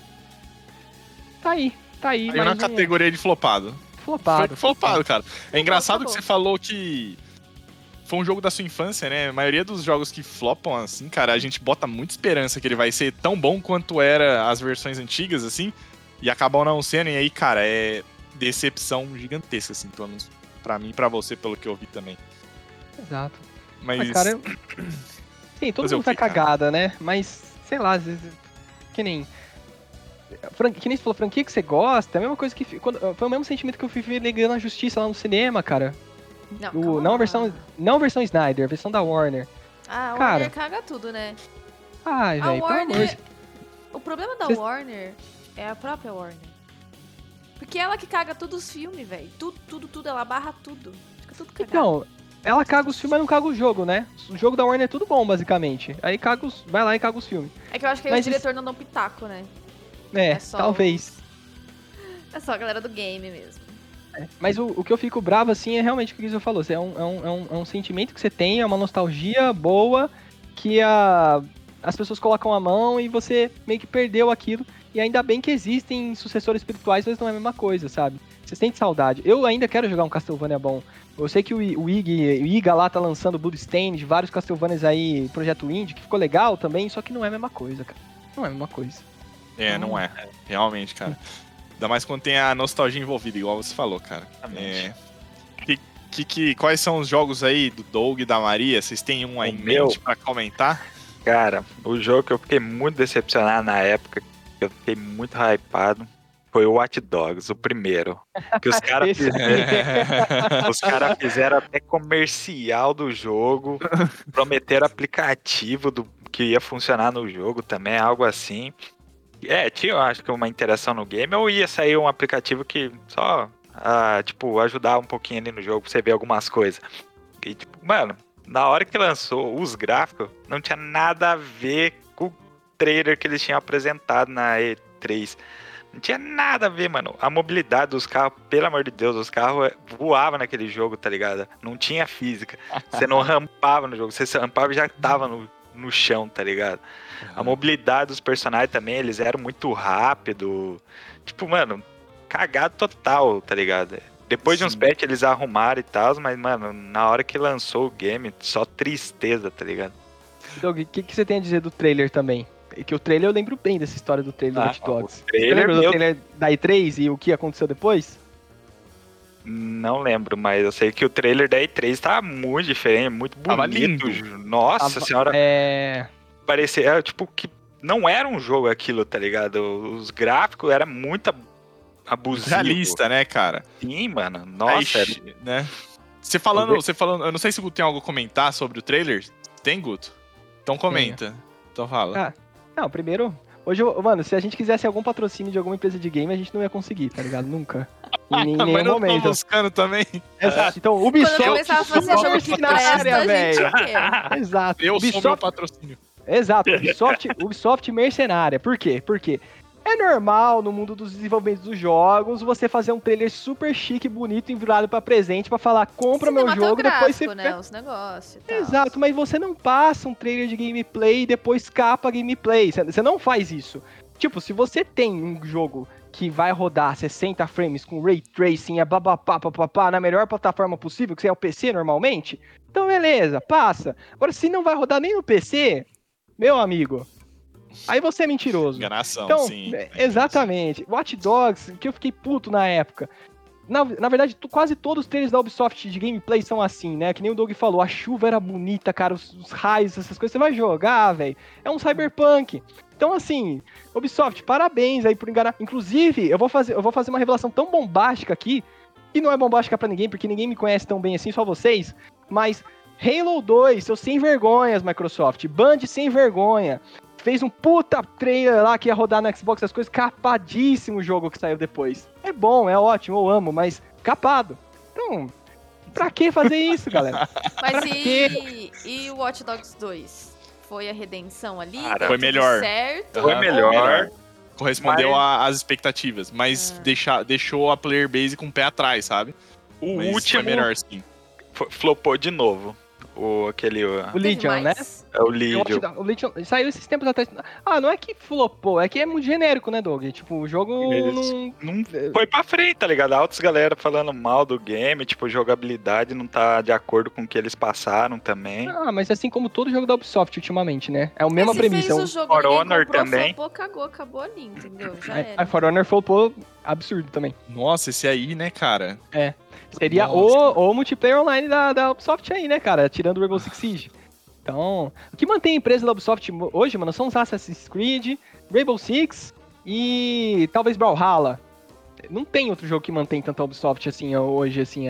tá aí. Aí na categoria de flopado. Flopado, cara. É engraçado que você falou que foi um jogo da sua infância, né? A maioria dos jogos que flopam, assim, cara, a gente bota muita esperança que ele vai ser tão bom quanto era as versões antigas, assim, e acabam não sendo, e aí, cara, é decepção gigantesca, assim, pelo menos pra mim e pra você, pelo que eu vi também. Exato. Mas cara, sim, todo mundo tá cagada, né? Mas, sei lá, às vezes, que nem você falou, franquia que você gosta, é a mesma coisa que... foi o mesmo sentimento que eu fui ligando na justiça lá no cinema, cara. Não a versão Snyder, a versão da Warner. A Warner caga tudo, né? Ai, velho, pelo amor de... O problema da Warner é a própria Warner. Porque ela que caga todos os filmes, velho. Tudo, ela barra tudo. Fica tudo cagado. Então, ela caga os filmes, mas não caga o jogo, né? O jogo da Warner é tudo bom, basicamente. Aí vai lá e caga os filmes. É que eu acho que aí o diretor não dá um pitaco, né? Talvez. É só a galera do game mesmo. Mas o que eu fico bravo, assim, é realmente o que o Guizzo falou. É um sentimento que você tem, é uma nostalgia boa, que as pessoas colocam a mão e você meio que perdeu aquilo. E ainda bem que existem sucessores espirituais, mas não é a mesma coisa, sabe? Você sente saudade. Eu ainda quero jogar um Castlevania bom. Eu sei que o Iga lá tá lançando Bloodstained, vários Castlevanias aí, Projeto Indie, que ficou legal também, só que não é a mesma coisa, cara. Não é a mesma coisa. Não é. Realmente, cara. Ainda mais quando tem a nostalgia envolvida, igual você falou, cara. Quais são os jogos aí do Doug e da Maria? Vocês têm um aí em mente pra comentar? Cara, o jogo que eu fiquei muito decepcionado na época, eu fiquei muito hypado, foi o Watch Dogs, o primeiro. Que os caras Esse fizeram até comercial do jogo, prometeram aplicativo que ia funcionar no jogo também, algo assim. Tinha, eu acho que uma interação no game, ou ia sair um aplicativo que só, tipo, ajudar um pouquinho ali no jogo, pra você ver algumas coisas. E, tipo, mano, na hora que lançou os gráficos, não tinha nada a ver com o trailer que eles tinham apresentado na E3. Não tinha nada a ver, mano. A mobilidade dos carros, pelo amor de Deus, os carros voavam naquele jogo, tá ligado? Não tinha física. Você não rampava no jogo, você rampava e já tava no chão, tá ligado? A mobilidade dos personagens também, eles eram muito rápido. Tipo, mano, cagado total, tá ligado? Depois de uns patches eles arrumaram e tal, mas, mano, na hora que lançou o game, só tristeza, tá ligado? Doug, o que você tem a dizer do trailer também? Que o trailer eu lembro bem dessa história do trailer do Watch Dogs. Você lembra do trailer da E3 e o que aconteceu depois? Não lembro, mas eu sei que o trailer da E3 tava muito diferente, muito bonito. Tava lindo. Nossa senhora. Parecia, tipo, que não era um jogo aquilo, tá ligado? Os gráficos eram muito abusivos. Realista, né, cara? Sim, mano. Nossa. Né? Você falando, eu não sei se o Guto tem algo a comentar sobre o trailer. Tem, Guto? Então comenta. Então fala. Não, primeiro... Hoje, mano, se a gente quisesse algum patrocínio de alguma empresa de game, a gente não ia conseguir, tá ligado? Nunca. Em nenhum Mas não momento. tô buscando também. Exato. Então, Ubisoft... Quando começar a fazer jogo que presta, a gente quer. Exato. Eu sou meu patrocínio. Exato. Ubisoft mercenária. Por quê? Porque é normal no mundo dos desenvolvimentos dos jogos você fazer um trailer super chique, bonito, envirado pra presente pra falar, compra meu jogo, depois você... né, os negócios e tal. Exato, mas você não passa um trailer de gameplay e depois capa a gameplay. Você não faz isso. Tipo, se você tem um jogo que vai rodar 60 frames com Ray Tracing, babapá, na melhor plataforma possível, que é o PC normalmente, então beleza, passa. Agora, se não vai rodar nem no PC, meu amigo... Aí você é mentiroso. Enganação, então, sim. Exatamente. Watch Dogs, que eu fiquei puto na época. Na verdade, quase todos os trailers da Ubisoft de gameplay são assim, né? Que nem o Doug falou, a chuva era bonita, cara, os raios, essas coisas. Você vai jogar, velho. É um cyberpunk. Então, assim, Ubisoft, parabéns aí por enganar. Inclusive, eu vou fazer uma revelação tão bombástica aqui, que não é bombástica pra ninguém, porque ninguém me conhece tão bem assim, só vocês. Mas Halo 2, seus sem vergonhas, Microsoft. Band sem vergonha. Fez um puta trailer lá que ia rodar no Xbox, as coisas, capadíssimo o jogo que saiu depois. É bom, é ótimo, eu amo, mas capado. Então, pra que fazer isso, galera? Mas e o Watch Dogs 2? Foi a redenção ali? Cara, foi melhor. Certo? Foi melhor. Correspondeu às expectativas, mas deixou a player base com o pé atrás, sabe? O mas último foi melhor, sim. Flopou de novo. O Legion, né? É o Legion. O Legion saiu esses tempos atrás. Não é que flopou, é que é muito genérico, né, Doug? Tipo, o jogo não foi pra frente, tá ligado? Altas galera falando mal do game, tipo, jogabilidade não tá de acordo com o que eles passaram também. Mas assim como todo jogo da Ubisoft ultimamente, né? É a mesma premissa. Fez o jogo, For Honor também. Flopou, acabou ali, entendeu? Já era. A For Honor flopou absurdo também. Nossa, esse aí, né, cara? Seria o multiplayer online da Ubisoft aí, né, cara? Tirando o Rainbow Six Siege. Então, o que mantém a empresa da Ubisoft hoje, mano, são os Assassin's Creed, Rainbow Six e talvez Brawlhalla. Não tem outro jogo que mantém tanto a Ubisoft assim hoje, assim,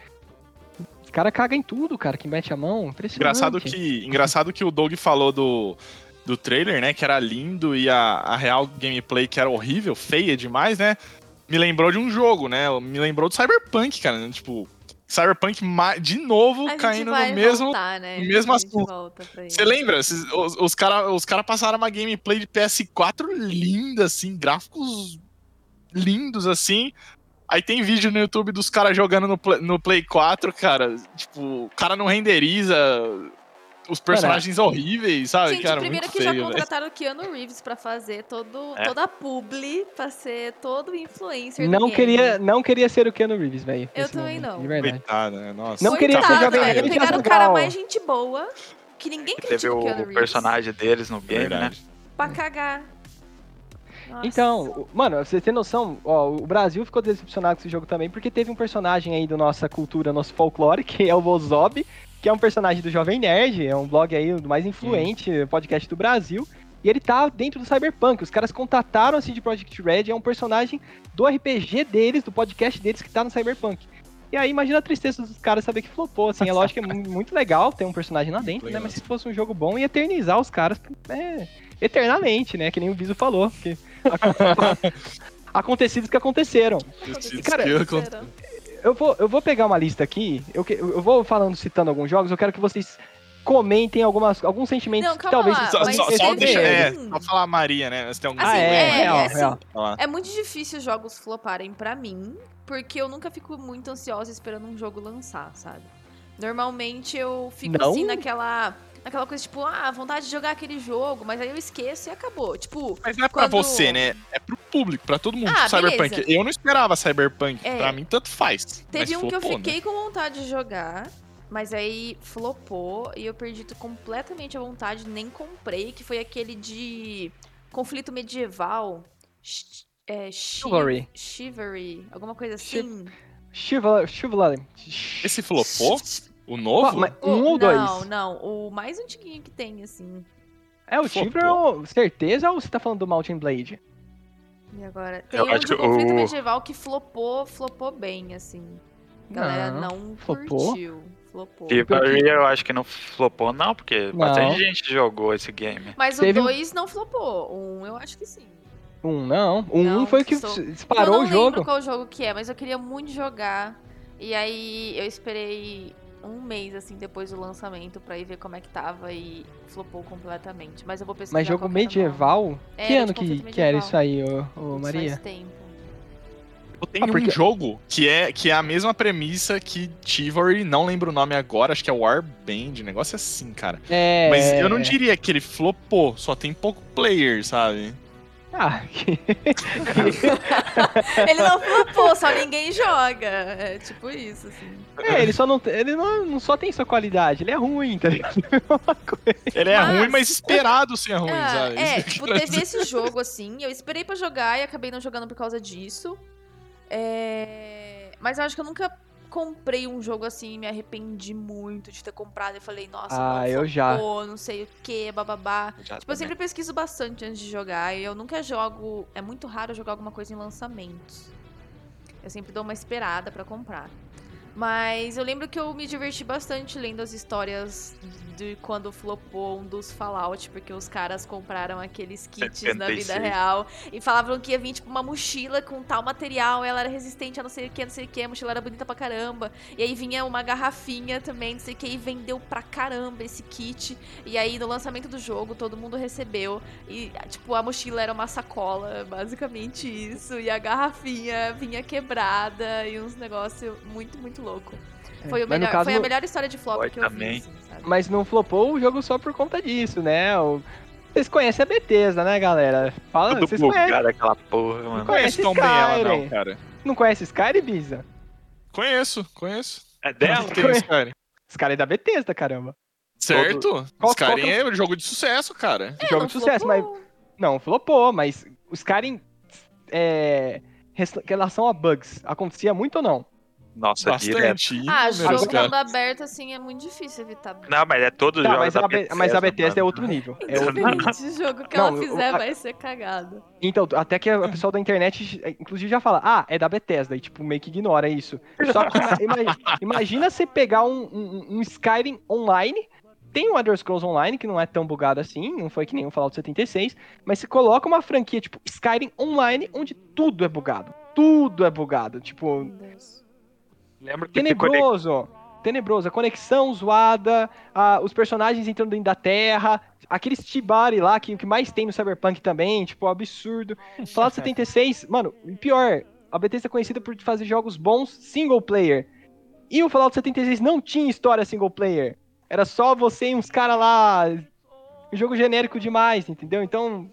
Os caras cagam em tudo, cara, que mete a mão. Impressionante. Engraçado que o Doug falou do trailer, né, que era lindo e a real gameplay que era horrível, feia demais, né? Me lembrou de um jogo, né? Me lembrou do Cyberpunk, cara. Tipo, Cyberpunk de novo caindo no mesmo, voltar, né? no mesmo assunto. Você lembra? Os cara passaram uma gameplay de PS4 linda, assim, gráficos lindos, assim. Aí tem vídeo no YouTube dos caras jogando no Play 4, cara. Tipo, o cara não renderiza... Os personagens horríveis, sabe? Gente, cara, primeiro muito que feio, já contrataram o Keanu Reeves pra fazer toda a publi, pra ser todo influencer não do game. Não queria ser o Keanu Reeves, velho. Eu também não. De verdade. Coitado, né? Nossa. Não queria ser Coitado, jovem. velho. Pegaram o cara mais gente boa, que ninguém critica Teve o Keanu o Reeves. personagem deles no game, né? Pra cagar. Nossa. Então, mano, você tem noção, o Brasil ficou decepcionado com esse jogo também, porque teve um personagem aí da nossa cultura, nosso folclore, que é o Vozob, que é um personagem do Jovem Nerd, é um blog aí do mais influente, podcast do Brasil, E ele tá dentro do Cyberpunk. Os caras contrataram a CD Projekt Red, é um personagem do RPG deles, do podcast deles, que tá no Cyberpunk. E aí, imagina a tristeza dos caras saber que flopou, assim. É lógico que é muito legal ter um personagem lá dentro, né? Mas se fosse um jogo bom, ia eternizar os caras eternamente, né? Que nem o Viso falou. Que acontecidos que aconteceram. Cara, eu vou pegar uma lista aqui, eu vou falando, citando alguns jogos, eu quero que vocês comentem alguns sentimentos Não, que talvez... lá, Só deixa, assim, só falar a Maria, né? Você tem algum Assim, real. É muito difícil jogos floparem pra mim, porque eu nunca fico muito ansiosa esperando um jogo lançar, sabe? Normalmente eu fico assim naquela coisa, tipo, vontade de jogar aquele jogo, mas aí eu esqueço e acabou. Tipo, mas não é pra você, né? É pro público, pra todo mundo. Cyberpunk. Beleza. Eu não esperava Cyberpunk. Pra mim, tanto faz. Teve um que eu flopou, fiquei com vontade de jogar, mas aí flopou e eu perdi completamente a vontade, nem comprei, que foi aquele de conflito medieval. Chivalry, alguma coisa assim. Chivalry. Esse flopou? O novo? Ou dois? Não, o mais antiguinho que tem, assim. É o Chivalry, certeza, ou você tá falando do Mountain Blade? E agora? Tem um de conflito medieval que flopou bem, assim. A galera não curtiu. Flopou. Chivalry eu acho que não flopou, não, porque bastante gente jogou esse game. Mas o 2 não flopou. O 1 eu acho que sim. Não. O 1 foi o que disparou o jogo. Eu não lembro qual jogo que é, mas eu queria muito jogar. E aí eu esperei um mês, assim, depois do lançamento pra ir ver como é que tava e flopou completamente. Mas eu vou pesquisar. Mas jogo medieval? Que ano que era isso aí, Maria? Faz tempo. Tem um jogo que é a mesma premissa que Chivalry, não lembro o nome agora, acho que é Warband, negócio assim, cara. Mas eu não diria que ele flopou, só tem pouco player, sabe? Ele não flopou, só ninguém joga. É tipo isso, assim. Ele não só tem sua qualidade, ele é ruim, tá ligado? Ele é ruim, mas esperado ser ruim, sabe? Tipo, teve esse jogo, assim, eu esperei pra jogar e acabei não jogando por causa disso. Mas eu acho que eu nunca comprei um jogo assim e me arrependi muito de ter comprado. Eu falei, nossa, não sei o que, bababá. Tipo, eu sempre pesquiso bastante antes de jogar e eu nunca jogo... É muito raro eu jogar alguma coisa em lançamentos. Eu sempre dou uma esperada pra comprar. Mas eu lembro que eu me diverti bastante lendo as histórias de quando flopou um dos Fallout, porque os caras compraram aqueles kits 76. Na vida real e falavam que ia vir, tipo, uma mochila com tal material, ela era resistente a não sei o que, a mochila era bonita pra caramba. E aí vinha uma garrafinha também, não sei o que, e vendeu pra caramba esse kit. E aí, no lançamento do jogo, todo mundo recebeu. E, tipo, a mochila era uma sacola, basicamente isso. E a garrafinha vinha quebrada e uns negócios muito, muito louco. Foi a melhor história de flop que eu vi, assim, sabe? Mas não flopou o jogo só por conta disso, né? Vocês conhecem a Bethesda, né, galera? Fala, vocês conhecem. Aquela porra, mano. Não conheço tão bem ela, não, cara. Não conhece Skyrim, Bisa? Conheço. É dela? Skyrim é da Bethesda, caramba. Certo? Skyrim é um jogo de sucesso, cara. Jogo de sucesso, mas... Não, flopou, mas o Skyrim, em relação a bugs, acontecia muito ou não? Nossa, bastante. Jogo mundo aberto, assim, é muito difícil evitar. Não, mas é todo jogo da Bethesda. Mas a Bethesda é outro nível. O jogo que ela fizer vai ser cagado. Então, até que o pessoal da internet, inclusive, já fala, é da Bethesda, e tipo, meio que ignora isso. Só que imagina você pegar um Skyrim online, tem o Elder Scrolls Online, que não é tão bugado assim, não foi que nem o Fallout 76, mas você coloca uma franquia, tipo, Skyrim Online, onde tudo é bugado. Tudo é bugado, tipo... Meu Deus. Lembro que tenebroso, a conexão zoada, os personagens entrando dentro da terra, aqueles Tibari lá, que o que mais tem no Cyberpunk também, tipo, absurdo. Fallout 76, mano, e pior, a Bethesda é conhecida por fazer jogos bons single player. E o Fallout 76 não tinha história single player. Era só você e uns caras lá, um jogo genérico demais, entendeu? Então...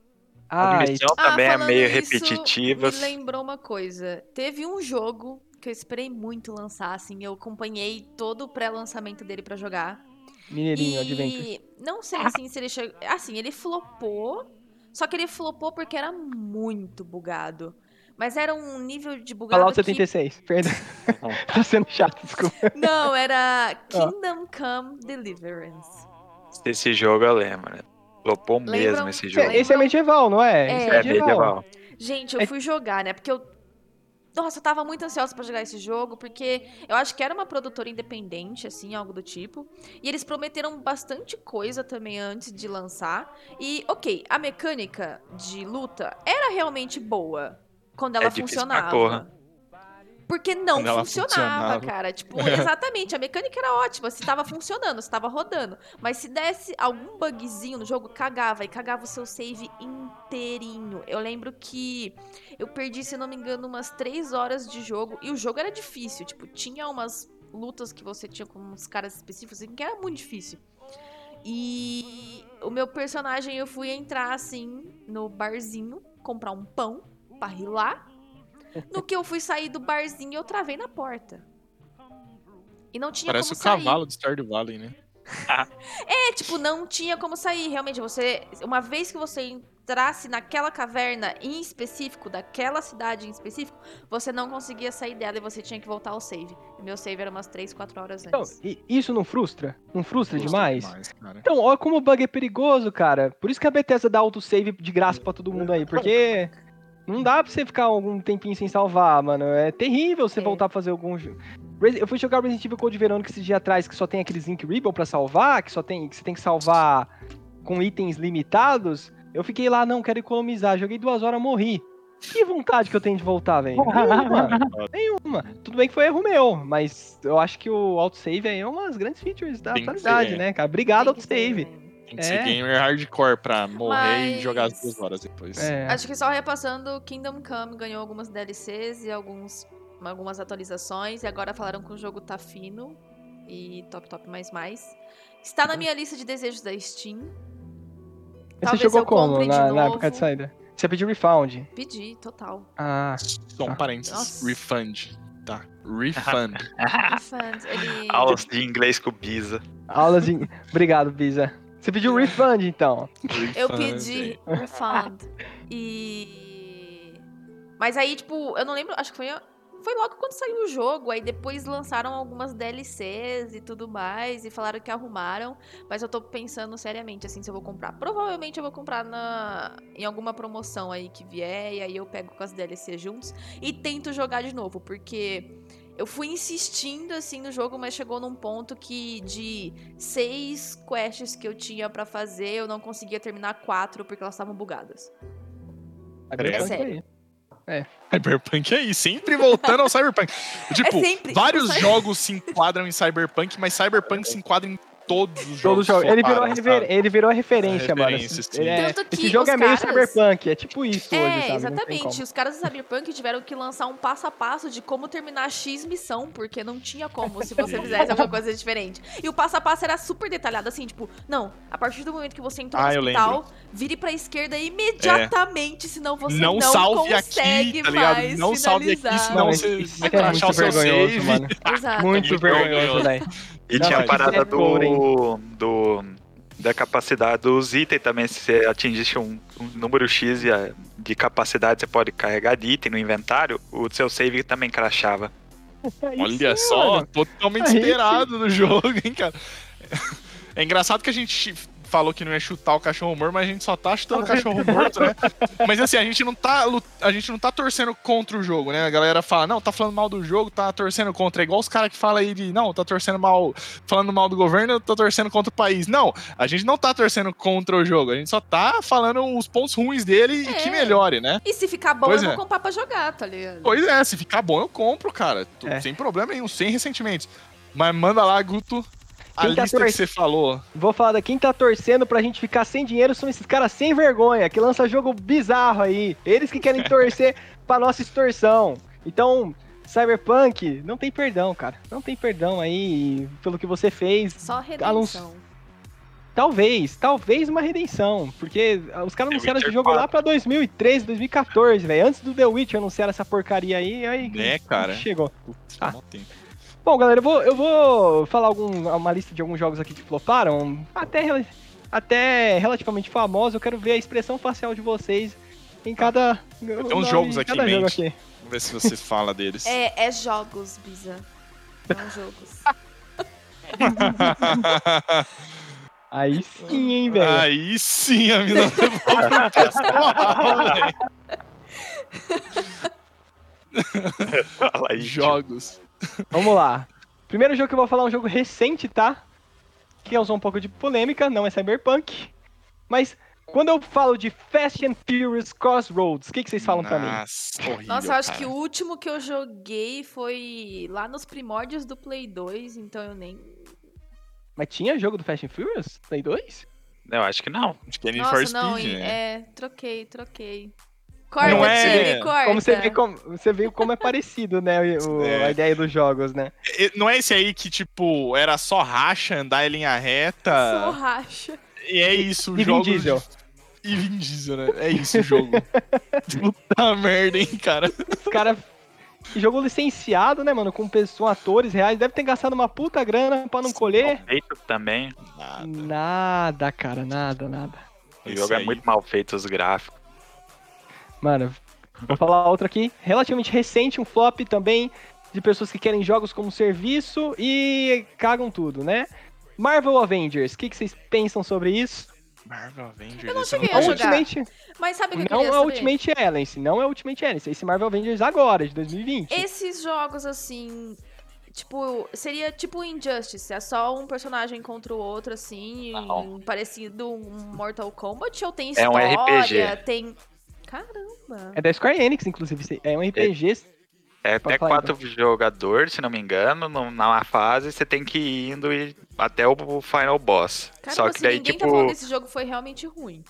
A missão também é meio repetitiva. Me lembrou uma coisa, teve um jogo que eu esperei muito lançar, assim, eu acompanhei todo o pré-lançamento dele pra jogar. Mineirinho, Adventure. Não sei, assim, se ele chegou... Assim, ele flopou, só que ele flopou porque era muito bugado. Mas era um nível de bugado Fallout 76, perdão. Tá sendo chato, desculpa. Não, era Kingdom Come Deliverance. Esse jogo eu lembro, né? Flopou mesmo Lembram? esse jogo. Esse é medieval, não é? Esse É medieval. Gente, eu fui jogar, né? Porque Nossa, eu tava muito ansiosa pra jogar esse jogo, porque eu acho que era uma produtora independente, assim, algo do tipo. E eles prometeram bastante coisa também antes de lançar. E, ok, a mecânica de luta era realmente boa quando ela difícil pra porra. funcionava. Porque não Quando ela funcionava, funcionava. cara. Tipo, exatamente, a mecânica era ótima, se tava funcionando, se tava rodando. Mas se desse algum bugzinho no jogo, cagava. E cagava o seu save inteirinho. Eu lembro que eu perdi, se não me engano, umas 3 horas de jogo. E o jogo era difícil. Tipo, tinha umas lutas que você tinha com uns caras específicos assim, que era muito difícil. E o meu personagem, eu fui entrar, assim, no barzinho, comprar um pão pra rilar. No que eu fui sair do barzinho, eu travei na porta. E não tinha Parece como o sair. cavalo do Stardew Valley, né? Tipo, não tinha como sair. Realmente, uma vez que você entrasse naquela caverna em específico, daquela cidade em específico, você não conseguia sair dela e você tinha que voltar ao save. E meu save era umas 3, 4 horas Então, antes. isso não frustra? Não frustra demais? Cara. Então, olha como o bug é perigoso, cara. Por isso que a Bethesda dá autosave de graça pra todo mundo aí, porque não dá pra você ficar algum tempinho sem salvar, mano. É terrível você voltar pra fazer algum jogo. Eu fui jogar Resident Evil Code Verônica esses dias atrás, que só tem aqueles Ink Ribbon pra salvar, que você tem que salvar com itens limitados. Eu fiquei lá, não, quero economizar. Joguei 2 horas, morri. Que vontade que eu tenho de voltar, velho? Nenhuma. Tudo bem que foi erro meu, mas eu acho que o autosave aí é uma das grandes features da Tem que atualidade, ser. né, cara? Obrigado, Tem que ter, autosave. velho. Tem que ser gamer hardcore pra morrer e jogar as Mas- 2 horas depois. Acho que só repassando, Kingdom Come ganhou algumas DLCs e algumas atualizações. E agora falaram que o jogo tá fino e top mais. Está na minha lista de desejos da Steam. Você Talvez jogou eu como compre de na novo. época de saída? Você pediu refund? Pedi, total. Ah, Só um parênteses. Nossa. Refund. Tá. Refund. Fans, ele... Aulas de inglês com o Biza. aulas de... Obrigado, Bisa. Você pediu refund, então. Eu Refund, pedi refund. Mas aí, tipo, eu não lembro, acho que foi logo quando saiu o jogo. Aí depois lançaram algumas DLCs e tudo mais. E falaram que arrumaram. Mas eu tô pensando seriamente, assim, se eu vou comprar. Provavelmente eu vou comprar em alguma promoção aí que vier. E aí eu pego com as DLCs juntos. E tento jogar de novo. Porque eu fui insistindo, assim, no jogo. Mas chegou num ponto que de 6 quests que eu tinha pra fazer, eu não conseguia terminar 4 porque elas estavam bugadas. É sério. Cyberpunk é isso, sempre voltando ao Cyberpunk. Tipo, sempre. vários jogos se enquadram em Cyberpunk, mas Cyberpunk se enquadra em todos os jogos. Todos os jogos. floparam, Ele virou a referência, mano. referência, sim. Tanto que Esse jogo os é meio caras- Cyberpunk, é tipo isso hoje, sabe? Não tem Exatamente. como. Os caras do Cyberpunk tiveram que lançar um passo a passo de como terminar X missão, porque não tinha como se você fizesse alguma coisa diferente. E o passo a passo era super detalhado, assim, tipo, não, a partir do momento que você entrou no eu hospital, vire pra esquerda imediatamente, senão você não salve consegue aqui, tá ligado? mais Não salve aqui, finalizar. senão Mano, você isso vai é crashar o muito seu vergonhoso, save. mano. Exato. Muito muito vergonhoso, vergonhoso. velho. E Não, tinha a mas parada isso é couro, da capacidade dos itens também. Se você atingisse um número X de capacidade, você pode carregar de item no inventário, o seu save também crashava. Olha só, mano. totalmente Aí esperado no jogo, hein, cara. É engraçado que a gente falou que não ia chutar o cachorro morto, mas a gente só tá chutando o cachorro morto, né? Mas assim, a gente não tá torcendo contra o jogo, né? A galera fala, não, tá falando mal do jogo, tá torcendo contra. É igual os caras que falam aí de, não, tá torcendo mal, falando mal do governo, tá torcendo contra o país. Não, a gente não tá torcendo contra o jogo, a gente só tá falando os pontos ruins dele e que melhore, né? E se ficar bom, Pois eu é. vou comprar pra jogar, tá ligado? Pois é, se ficar bom eu compro, cara. Sem problema nenhum, sem ressentimentos. Mas manda lá, Guto, a Quem tá lista que você falou. Vou falar da quem tá torcendo pra gente ficar sem dinheiro são esses caras sem vergonha, que lança jogo bizarro aí. Eles que querem torcer pra nossa extorsão. Então, Cyberpunk, não tem perdão, cara. Não tem perdão aí pelo que você fez. Só redenção. Talvez uma redenção. Porque os caras anunciaram esse Witcher jogo 4. lá pra 2013, 2014, velho. Antes do The Witcher anunciar essa porcaria aí Né, cara? chegou. Putz, Ah. mó tempo. Bom, galera, eu vou falar uma lista de alguns jogos aqui que floparam, até relativamente famosos. Eu quero ver a expressão facial de vocês em cada... Tem uns jogos aqui em cada jogo mente. aqui. Vamos ver se você fala deles. É jogos, Bisa. Não jogos. Aí sim, hein, velho. Aí sim a mina levou pro pessoal, velho. Fala aí, tio. Jogos. Vamos lá. Primeiro jogo que eu vou falar é um jogo recente, tá? Que causou um pouco de polêmica, não é Cyberpunk. Mas quando eu falo de Fast and Furious Crossroads, o que vocês falam pra mim? Nossa, horrível, Nossa, eu acho cara. que o último que eu joguei foi lá nos primórdios do Play 2, então eu nem... Mas tinha jogo do Fast and Furious? Play 2? Eu acho que não. Acho que é Need for Nossa, não, Speed, né? troquei. Corta, Não é- time, corta. Como você vê como é parecido, né, É. a ideia dos jogos, né? Não é esse aí que, tipo, era só racha, andar em linha Sou reta? racha. E é isso, o E Vin jogo. Diesel. E Vin Diesel, né? É isso o jogo. Puta merda, hein, cara. Os caras... Jogo licenciado, né, mano? Com atores reais. Deve ter gastado uma puta grana pra não colher. Feito também. Nada. Nada, cara. Nada. O Esse jogo é aí. muito mal feito, os gráficos. Mano, vou falar outra aqui. Relativamente recente, um flop também de pessoas que querem jogos como serviço e cagam tudo, né? Marvel Avengers, o que vocês pensam sobre isso? Marvel Avengers. Eu não esse cheguei não a A tô jogar. Ultimate, Mas sabe o que eu não queria é saber? Ultimate Alliance, não é Ultimate Alliance. Esse Marvel Avengers agora, de 2020. Esses jogos, assim, tipo, seria tipo Injustice, é só um personagem contra o outro, assim, Não. parecido um Mortal Kombat, ou tem É um história, RPG. tem... Caramba. É da Square Enix, inclusive. É um RPG. É Pode até falar, 4 jogadores, se não me engano, numa fase você tem que ir indo até o final boss. Caramba, Só que se daí, ninguém tipo. tá falando desse jogo, foi realmente ruim.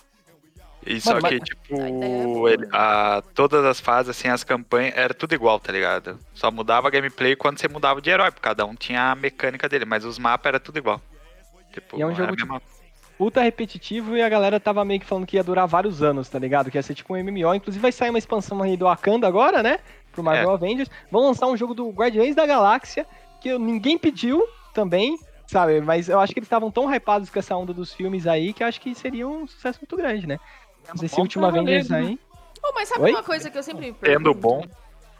E só Mano, que, mas- tipo, A ideia é boa, né? todas as fases, assim, as campanhas, era tudo igual, tá ligado? Só mudava a gameplay quando você mudava de herói, porque cada um tinha a mecânica dele, mas os mapas era tudo igual. Tipo, E é um era jogo a mesma... Puta repetitivo e a galera tava meio que falando que ia durar vários anos, tá ligado? Que ia ser tipo um MMO. Inclusive vai sair uma expansão aí do Wakanda agora, né? Pro Marvel Avengers. Vão lançar um jogo do Guardiões da Galáxia, que ninguém pediu também, sabe? Mas eu acho que eles estavam tão hypados com essa onda dos filmes aí que eu acho que seria um sucesso muito grande, né? Mas esse bom último pra Avengers valer, né? aí... Oh, mas sabe Oi? uma coisa que eu sempre me Tendo pergunto? bom,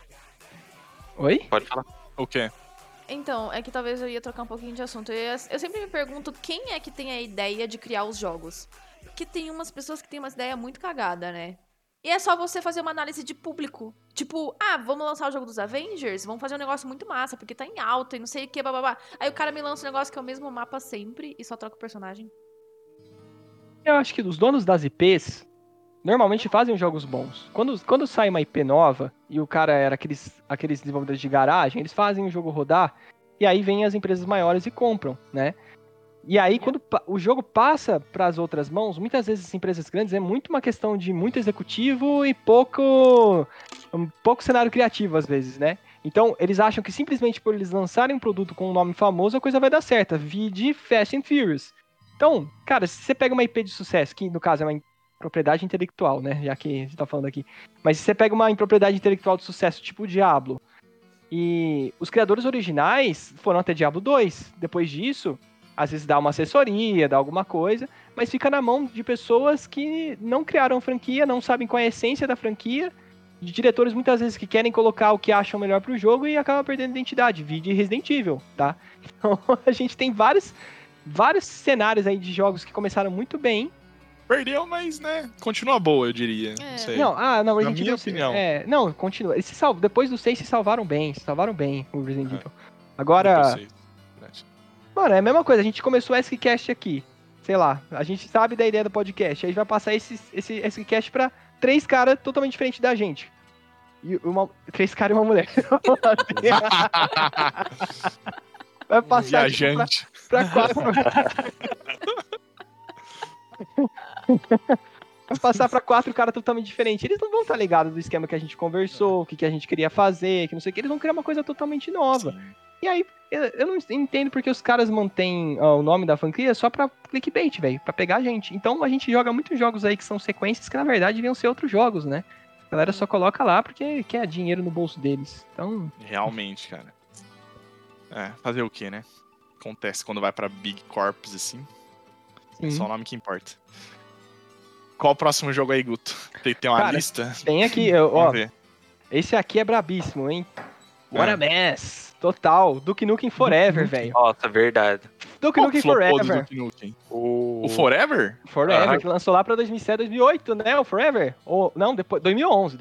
Oi? pode falar. O quê? Então, é que talvez eu ia trocar um pouquinho de assunto. Eu sempre me pergunto quem é que tem a ideia de criar os jogos. Porque tem umas pessoas que têm uma ideia muito cagada, né? E é só você fazer uma análise de público. Tipo, vamos lançar o jogo dos Avengers? Vamos fazer um negócio muito massa, porque tá em alta e não sei o que, bababá. Aí o cara me lança um negócio que é o mesmo mapa sempre e só troca o personagem. Eu acho que os donos das IPs normalmente fazem jogos bons. Quando sai uma IP nova e o cara era aqueles desenvolvedores de garagem, eles fazem o jogo rodar e aí vêm as empresas maiores e compram, né? E aí, quando o jogo passa para as outras mãos, muitas vezes as empresas grandes é muito uma questão de muito executivo e pouco cenário criativo, às vezes, né? Então, eles acham que simplesmente por eles lançarem um produto com um nome famoso, a coisa vai dar certo. Vide Fast and Furious. Então, cara, se você pega uma IP de sucesso, que no caso é uma propriedade intelectual, né? Já que a gente tá falando aqui. Mas se você pega uma propriedade intelectual de sucesso, tipo o Diablo, e os criadores originais foram até Diablo 2. Depois disso, às vezes dá uma assessoria, dá alguma coisa, mas fica na mão de pessoas que não criaram franquia, não sabem qual é a essência da franquia, de diretores muitas vezes que querem colocar o que acham melhor pro jogo e acabam perdendo identidade. Vide Resident Evil, tá? Então a gente tem vários cenários aí de jogos que começaram muito bem. Perdeu, mas, né, continua boa, eu diria. É. Não sei. Não, Resident minha Evil... opinião. Não, continua. Depois do 6 se salvaram bem o Resident Evil. Não Agora... sei. Mano, é a mesma coisa, a gente começou o Eskcast aqui, sei lá, a gente sabe da ideia do podcast, aí a gente vai passar esse Eskcast pra 3 caras totalmente diferentes da gente. E 3 caras e uma mulher. Vai passar Viajante. pra 4. Vai passar pra 4 caras totalmente diferentes. Eles não vão estar ligados do esquema que a gente conversou, o que a gente queria fazer, que não sei o que, eles vão criar uma coisa totalmente nova. Sim. E aí, eu não entendo porque os caras mantêm o nome da franquia só pra clickbait, velho, pra pegar a gente. Então a gente joga muitos jogos aí que são sequências que na verdade deviam ser outros jogos, né? A galera só coloca lá porque quer dinheiro no bolso deles. Então, Realmente, cara. Fazer o quê, né? Acontece quando vai pra Big Corps, assim. É sim. só o nome que importa. Qual o próximo jogo aí, Guto? Tem uma Cara, lista? Tem aqui, Vamos ó, ver. esse aqui é brabíssimo, hein? What a mess! Total, Duke Nukem Forever, velho. Nossa, verdade. Duke Qual Nukem flopou do Forever. Duke Nukem? O O Forever? Forever, que lançou lá pra 2007, 2008, né? O Forever. Ou, não, depois, 2011.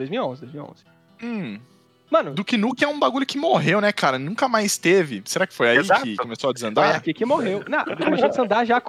Mano, Duke Nukem é um bagulho que morreu, né, cara? Nunca mais teve. Será que foi aí Exato. que começou a foi desandar? aqui que morreu. Não, começou a desandar já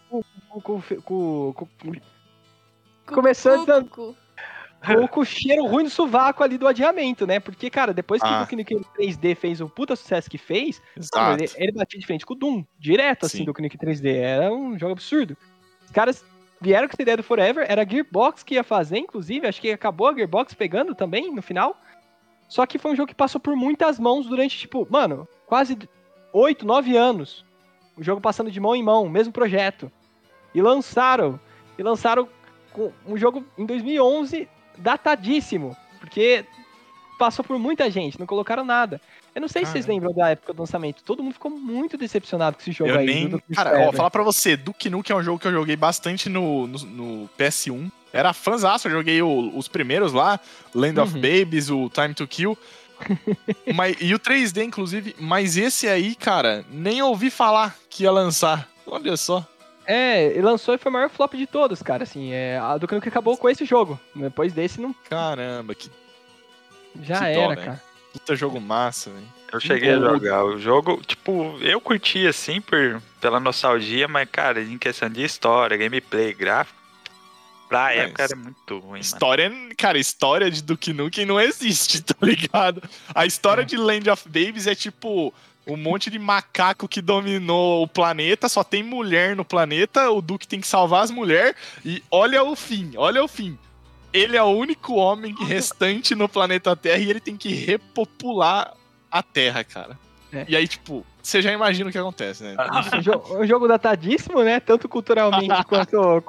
Começou a desandar. Com o cheiro ruim do sovaco ali do adiamento, né? Porque, cara, depois que o Duke Nukem 3D fez o puta sucesso que fez, mano, ele batia de frente com o Doom, direto, assim, Sim. do Duke Nukem 3D. Era um jogo absurdo. Os caras vieram com essa ideia do Forever, era a Gearbox que ia fazer, inclusive, acho que acabou a Gearbox pegando também, no final. Só que foi um jogo que passou por muitas mãos durante, tipo, mano, quase 8, 9 anos. O jogo passando de mão em mão, mesmo projeto. E lançaram com um jogo em 2011 datadíssimo, porque passou por muita gente, não colocaram nada. Eu não sei se vocês lembram da época do lançamento, todo mundo ficou muito decepcionado com esse jogo aí. Cara, ó, falar pra você, Duke Nukem é um jogo que eu joguei bastante no PS1. Era fãzaço, eu joguei os primeiros lá, Land of Babies, o Time to Kill. E o 3D, inclusive, mas esse aí, cara, nem ouvi falar que ia lançar. Olha só. Ele lançou e foi o maior flop de todos, cara, assim, a Duke Nukem acabou com esse jogo, depois desse não... Caramba, Já que era, dó, cara. Puta jogo massa, velho. Eu cheguei a jogar o jogo, tipo, eu curti assim pela nostalgia, mas, cara, em questão de história, gameplay, gráfico, pra época era muito ruim, História de Duke Nukem não existe, tá ligado? A história de Land of Babies é tipo... Um monte de macaco que dominou o planeta, só tem mulher no planeta, o Duke tem que salvar as mulheres, e olha o fim. Ele é o único homem restante no planeta Terra e ele tem que repopular a Terra, cara. E aí, tipo, você já imagina o que acontece, né? Um jogo datadíssimo, né? Tanto culturalmente quanto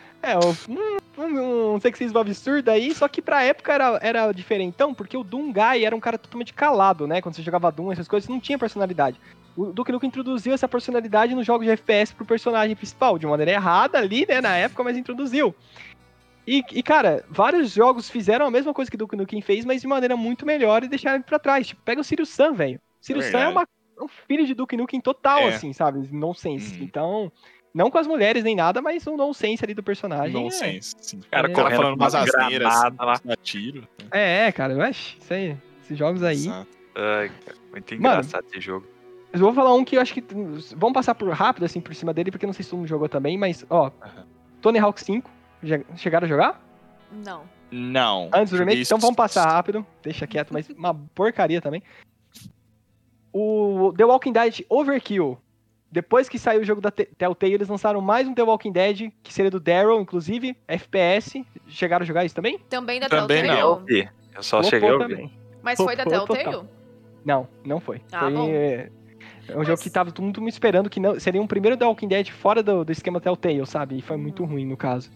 um sexismo absurdo aí, só que pra época era diferentão, porque o Doom Guy era um cara totalmente calado, né? Quando você jogava Doom, essas coisas, não tinha personalidade. O Duke Nukem introduziu essa personalidade nos jogos de FPS pro personagem principal, de maneira errada ali, né, na época, mas introduziu. E, cara, vários jogos fizeram a mesma coisa que o Duke Nukem fez, mas de maneira muito melhor e deixaram ele pra trás. Tipo, pega o Sirius Sam, velho. Sirius Sam é um filho de Duke Nukem total, assim, sabe? Nonsense. Então, não com as mulheres nem nada, mas um nonsense ali do personagem. Nonsense, sim. Cara, O cara falando umas asneiras, assim, tiro. Cara, isso aí. Esses jogos aí. Exato. Ai, cara, muito engraçado esse jogo. Eu vou falar um que eu acho que... Vamos passar rápido, assim, por cima dele, porque eu não sei se todo mundo jogou também, mas, ó... Tony Hawk 5. Chegaram a jogar? Não. Antes do remake? Então vamos passar rápido. Deixa quieto, mas uma porcaria também. O The Walking Dead Overkill. Depois que saiu o jogo da Telltale, eles lançaram mais um The Walking Dead, que seria do Daryl, inclusive, FPS. Chegaram a jogar isso também? Também da Também Telltale? não. Eu só cheguei a ouvir. Mas foi da Telltale? Não foi. Bom. É um jogo que tava todo mundo me esperando, que não seria um primeiro The Walking Dead fora do esquema Telltale, sabe? E foi muito ruim, no caso.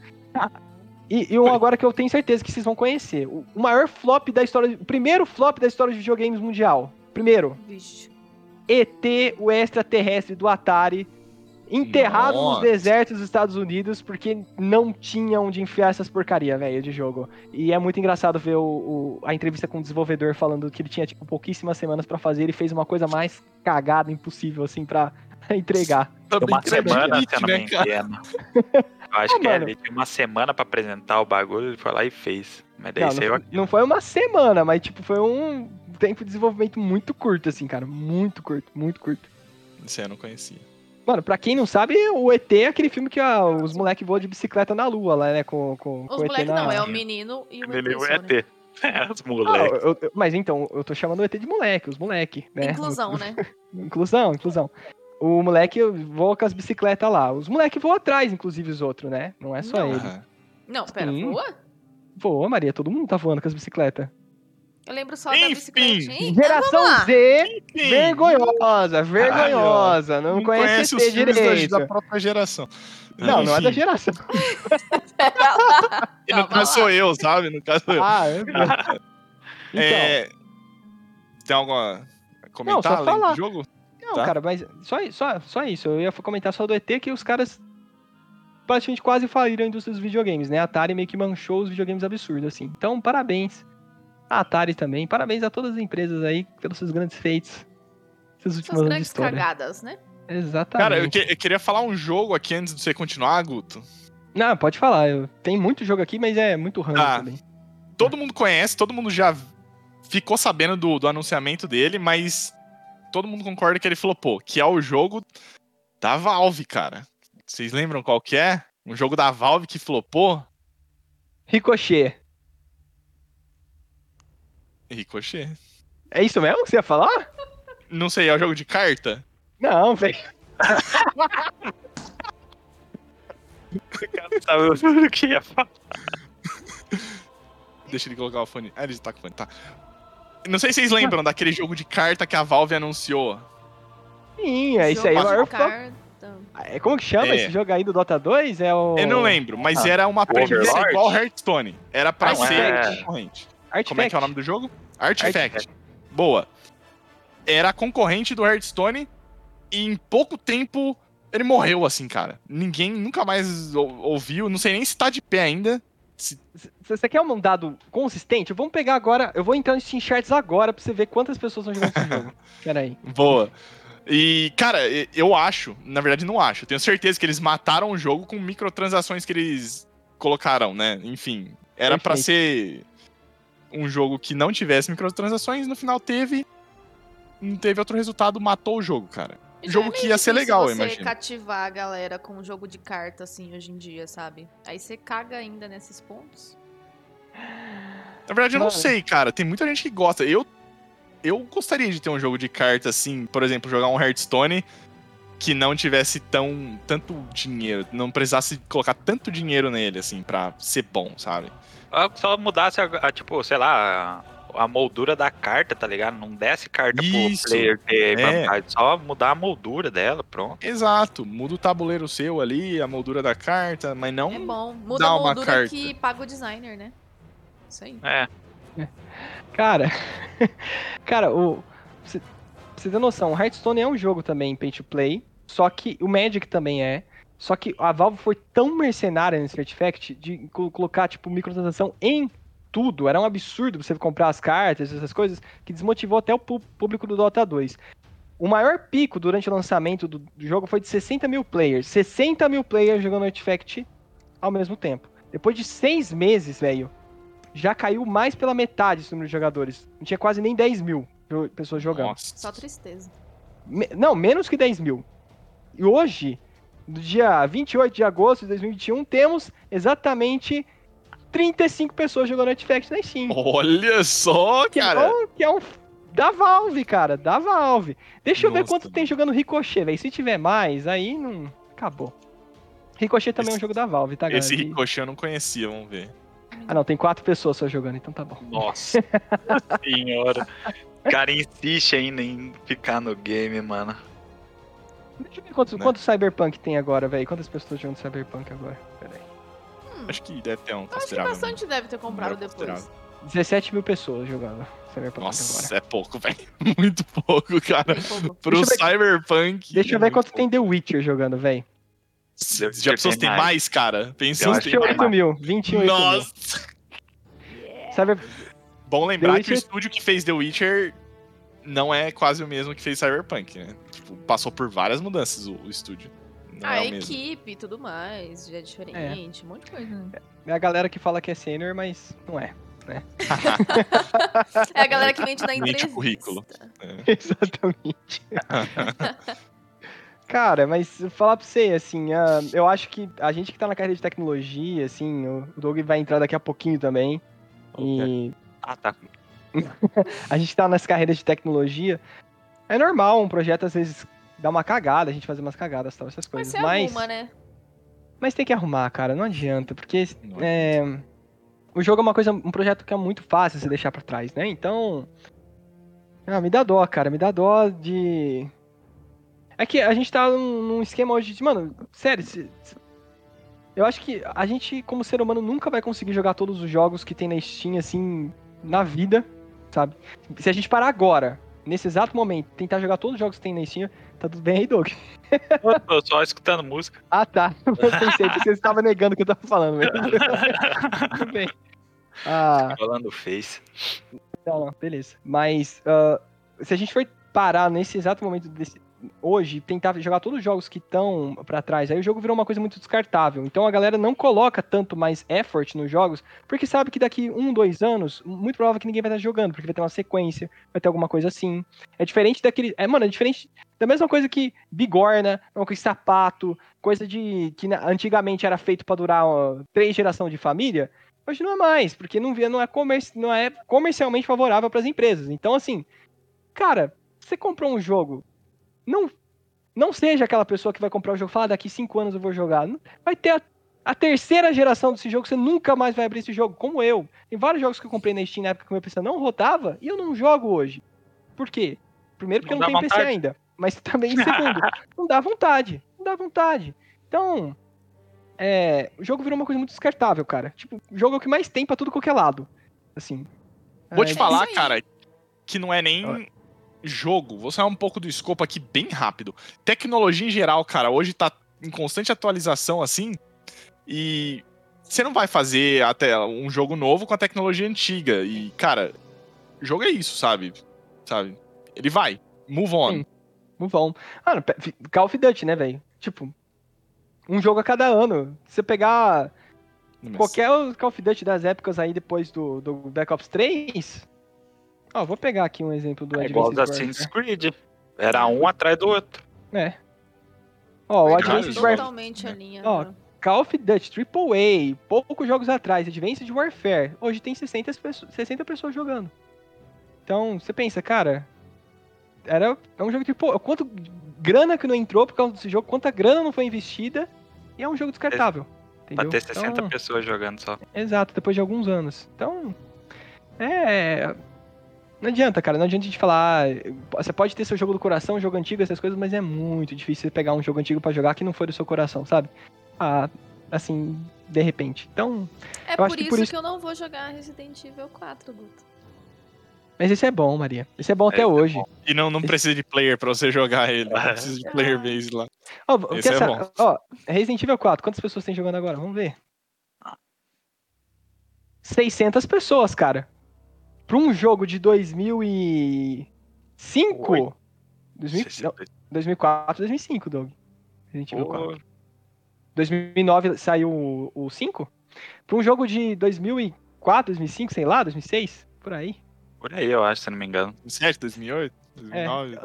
E um agora que eu tenho certeza que vocês vão conhecer. O maior flop da história... O primeiro flop da história de videogames mundial. Primeiro. Vixe. ET, o extraterrestre do Atari, enterrado nos desertos dos Estados Unidos, porque não tinha onde enfiar essas porcaria, velho, de jogo. E é muito engraçado ver a entrevista com o desenvolvedor falando que ele tinha, tipo, pouquíssimas semanas pra fazer, ele fez uma coisa mais cagada impossível, assim, pra entregar. Uma semana, se eu não me né, cara? engano. Eu acho que ele tinha uma semana pra apresentar o bagulho, ele foi lá e fez. Mas daí saiu aqui. Não foi uma semana, mas, tipo, foi um tempo de desenvolvimento muito curto, assim, cara. Muito curto. Isso aí eu não conhecia. Mano, pra quem não sabe, o ET é aquele filme que os moleques voam de bicicleta na lua lá, né? Os moleques não, é o menino e o ET. ET. Os moleques. Mas então, eu tô chamando o ET de moleque, os moleque, né? Inclusão, né? Inclusão. O moleque voa com as bicicletas lá. Os moleques voam atrás, inclusive, os outros, né? Não é só ele. Não, pera, voa? Voa, Maria, todo mundo tá voando com as bicicletas. Eu lembro só da bicicletinha. Geração Z, vergonhosa. Não conhece os ET filmes direito. da própria geração. Não é da geração. E no caso sou eu, sabe? No caso sou eu. Então. Tem alguma comentar só além falar. do jogo? Não, cara, mas só isso. Eu ia comentar só do ET que os caras praticamente quase faliram a indústria dos videogames, né? A Atari meio que manchou os videogames absurdos, assim. Então, parabéns. A Atari também. Parabéns a todas as empresas aí pelos seus grandes feitos. Essas últimas anos de grandes história. cagadas, né? Exatamente. Cara, eu queria falar um jogo aqui antes de você continuar, Guto. Não, pode falar. Tem muito jogo aqui, mas é muito random também. Todo mundo conhece, todo mundo já ficou sabendo do anunciamento dele, mas todo mundo concorda que ele flopou, que é o jogo da Valve, cara. Vocês lembram qual que é? Um jogo da Valve que flopou? Ricochet. Ricochet. É isso mesmo que você ia falar? Não sei, é o jogo de carta? Não, velho. O cara tava o que ia falar. Deixa ele colocar o fone. Ah, ele tá com o fone, tá. Não sei se vocês lembram daquele jogo de carta que a Valve anunciou. Sim, é isso aí. Jogo O maior de carta. Como que chama É. esse jogo aí do Dota 2? É o... Eu não lembro, mas era uma premissa Overlord? igual Hearthstone. Era pra Não, ser é. concorrente. Artifact. Como é que é o nome do jogo? Artifact. Artifact. Boa. Era concorrente do Hearthstone e em pouco tempo ele morreu, assim, cara. Ninguém nunca mais ouviu. Não sei nem se tá de pé ainda. Se você quer um dado consistente, vamos pegar agora... Eu vou entrar no Steam Charts agora pra você ver quantas pessoas estão jogando esse jogo. Pera aí. Boa. E, cara, eu acho, na verdade não acho, eu tenho certeza que eles mataram o jogo com microtransações que eles colocaram, né? Enfim, era pra ser um jogo que não tivesse microtransações, no final teve, não teve outro resultado, matou o jogo, cara. Jogo que ia ser legal, eu você imagino. cativar a galera com um jogo de carta, assim, hoje em dia, sabe? Aí você caga ainda nesses pontos. Na verdade eu não Mano. sei, cara, tem muita gente que gosta. Eu gostaria de ter um jogo de carta assim, por exemplo, jogar um Hearthstone que não tivesse tanto dinheiro, não precisasse colocar tanto dinheiro nele, assim, pra ser bom, sabe? Só mudasse, tipo, sei lá, a moldura da carta, tá ligado? Não desse carta Isso, pro player ter é. vantagem, só mudar a moldura dela, pronto. Exato, muda o tabuleiro seu ali, a moldura da carta, mas não É bom. Muda dá a uma moldura carta. que paga o designer, né? Isso aí. É. Cara, cara, pra você ter noção, o Hearthstone é um jogo também pay to play, só que o Magic também é. Só que a Valve foi tão mercenária nesse Artifact de colocar, tipo, microtransação em tudo. Era um absurdo você comprar as cartas, essas coisas, que desmotivou até o público do Dota 2. O maior pico durante o lançamento do jogo foi de 60 mil players. 60 mil players jogando Artifact ao mesmo tempo. Depois de 6 meses, velho, já caiu mais pela metade esse número de jogadores. Não tinha quase nem 10 mil pessoas jogando. Nossa. Só tristeza. Não, menos que 10 mil. E hoje, no dia 28 de agosto de 2021, temos exatamente 35 pessoas jogando Artifact na Steam. Olha só, cara. Que é um da Valve, cara, da Valve. Deixa eu ver Nossa, quanto tem jogando Ricochet, velho. Se tiver mais, aí não... Acabou. Ricochet também é um jogo da Valve, tá, galera? Esse Ricochet eu não conhecia, vamos ver. Ah, não, tem 4 pessoas só jogando, então tá bom. Nossa senhora. O cara insiste ainda em ficar no game, mano. Deixa eu ver quanto Cyberpunk tem agora, velho. Quantas pessoas jogando Cyberpunk agora? Pera aí. Acho que deve ter um Acho que considerável. bastante deve ter comprado Número depois. considerável. 17 mil pessoas jogando Cyberpunk agora. Nossa, é pouco, velho. Muito pouco, cara. Bem pouco. Pro Deixa eu ver- Cyberpunk. Deixa eu é ver muito quanto pouco. tem The Witcher jogando, velho. Já pensou se tem mais, cara? Pensou Eu se acho tem que mais? 28 mil. 28 mil. Nossa! Cyber... Bom lembrar The que o Witcher- estúdio que fez The Witcher não é quase o mesmo que fez Cyberpunk, né? Tipo, passou por várias mudanças o estúdio. Não A é o mesmo. equipe e tudo mais, já é diferente, um monte de coisa. Né? É a galera que fala que é sênior, mas não é. É a galera que mente na Mente entrevista. o currículo. Exatamente. Cara, mas falar pra você, assim, eu acho que a gente que tá na carreira de tecnologia, assim, o Doug vai entrar daqui a pouquinho também. E Ah, tá. a gente tá nas carreiras de tecnologia. É normal um projeto, às vezes, dar uma cagada, a gente fazer umas cagadas, tal, essas Mas coisas. você arruma, né? Mas tem que arrumar, cara, não adianta, porque Não o jogo é um projeto que é muito fácil se deixar pra trás, né? Então, me dá dó, cara, me dá dó de... É que a gente tá num esquema hoje de, mano, sério, eu acho que a gente, como ser humano, nunca vai conseguir jogar todos os jogos que tem na Steam, assim, na vida, sabe? Se a gente parar agora, nesse exato momento, tentar jogar todos os jogos que tem na Steam, tá tudo bem aí, Doug? Eu tô só escutando música. Ah, tá. Eu pensei, porque você estava negando o que eu tava falando mesmo. Tudo bem. Falando Face. Não, beleza. Mas, se a gente for parar nesse exato momento hoje tentar jogar todos os jogos que estão pra trás, aí o jogo virou uma coisa muito descartável. Então a galera não coloca tanto mais effort nos jogos, porque sabe que daqui 2 anos, muito provável que ninguém vai estar jogando, porque vai ter uma sequência, vai ter alguma coisa assim. É diferente daquele... é diferente da mesma coisa que bigorna, uma coisa de sapato, coisa de que antigamente era feito pra durar 3 gerações de família. Hoje não é mais, porque não é comercialmente favorável para as empresas. Então, assim, cara, você comprou um jogo, não seja aquela pessoa que vai comprar o jogo e falar, daqui 5 anos eu vou jogar. Vai ter a terceira geração desse jogo, você nunca mais vai abrir esse jogo, como eu. Tem vários jogos que eu comprei na Steam na época que o meu PC não rodava e eu não jogo hoje. Por quê? Primeiro porque eu não tenho PC ainda, mas também, segundo, não dá vontade. Então... o jogo virou uma coisa muito descartável, cara. Tipo, o jogo é o que mais tem pra tudo qualquer lado. Assim. Vou te falar, cara, que não é nem jogo. Vou sair um pouco do escopo aqui bem rápido. Tecnologia em geral, cara, hoje tá em constante atualização, assim, e você não vai fazer até um jogo novo com a tecnologia antiga. E, cara, o jogo é isso, sabe? Ele vai. Move on. Sim. Move on. Call of Duty, né, velho? Tipo, um jogo a cada ano. Se você pegar qualquer Call of Duty das épocas aí depois do Black Ops 3... vou pegar aqui um exemplo do igual Advanced Assassin's Creed. Era um atrás do outro. O Advanced Warfare... Totalmente a linha. Call of Duty AAA, poucos jogos atrás, Advanced Warfare, hoje tem 60 pessoas jogando. Então, você pensa, cara, é um jogo de... quanto grana que não entrou por causa desse jogo, quanta grana não foi investida, e é um jogo descartável. Entendeu? Pra ter 60 pessoas jogando só. Exato, depois de alguns anos. Então, não adianta, cara, não adianta a gente falar... Você pode ter seu jogo do coração, jogo antigo, essas coisas, mas é muito difícil você pegar um jogo antigo pra jogar que não foi do seu coração, sabe? Assim, de repente. Então, eu acho que por isso que eu não vou jogar Resident Evil 4, Guto. Mas esse é bom, Maria. Esse é bom até hoje. Bom. E não precisa de player pra você jogar ele. Não precisa de player base lá. Esse é bom. Resident Evil 4, quantas pessoas tem jogando agora? Vamos ver. 600 pessoas, cara. Pra um jogo de 2005... 2004, 2005, Doug. Resident Evil 4. 2009 saiu o 5? Pra um jogo de 2004, 2005, sei lá, 2006, por aí. Por aí, eu acho, se não me engano. 2007, 2008, 2009.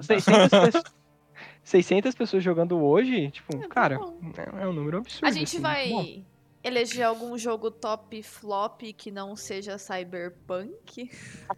600 pessoas jogando hoje, tipo, cara, é um número absurdo. A gente vai eleger algum jogo top flop que não seja Cyberpunk?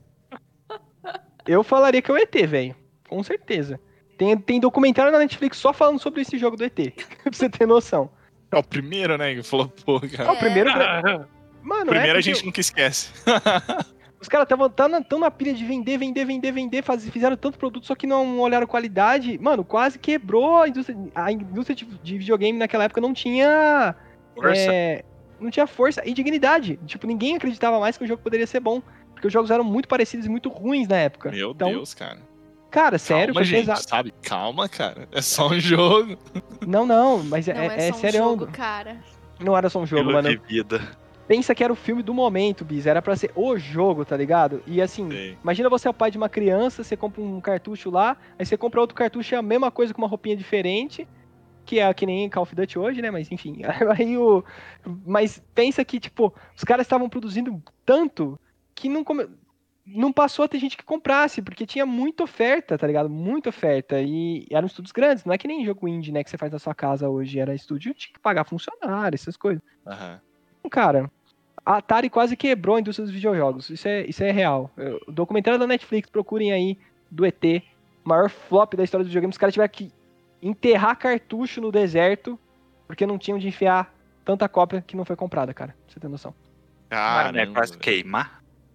Eu falaria que é o ET, velho. Com certeza. Tem documentário na Netflix só falando sobre esse jogo do ET. Pra você ter noção. É o primeiro, né, que falou, pô, cara. O primeiro... Mano, primeiro a gente nunca esquece. Os caras tão na pilha de vender, fizeram tanto produto, só que não olharam qualidade. Mano, quase quebrou a indústria. A indústria de videogame naquela época não tinha... não tinha força e dignidade. Tipo, ninguém acreditava mais que o jogo poderia ser bom. Porque os jogos eram muito parecidos e muito ruins na época. Meu Deus, cara. Cara, sério, calma, foi gente, pesado. sabe? Calma, cara. É só um jogo. Não, mas não é só sério. Um jogo, cara. Não era só um jogo, mano. Pensa que era o filme do momento, Bis. Era pra ser o jogo, tá ligado? E assim, imagina você é o pai de uma criança, você compra um cartucho lá, aí você compra outro cartucho, é a mesma coisa com uma roupinha diferente, que é que nem Call of Duty hoje, né? Mas enfim. Mas pensa que, tipo, os caras estavam produzindo tanto que não passou a ter gente que comprasse, porque tinha muita oferta, tá ligado? Muita oferta. E eram estúdios grandes, não é que nem jogo indie, né, que você faz na sua casa hoje. Era estúdio, tinha que pagar funcionário, essas coisas. Então, cara, a Atari quase quebrou a indústria dos videojogos. Isso é real. O documentário da Netflix, procurem aí, do ET, maior flop da história dos videogames. Os caras tiveram que enterrar cartucho no deserto, porque não tinham de enfiar tanta cópia que não foi comprada, cara. Pra você ter noção. Caramba, é quase queimar.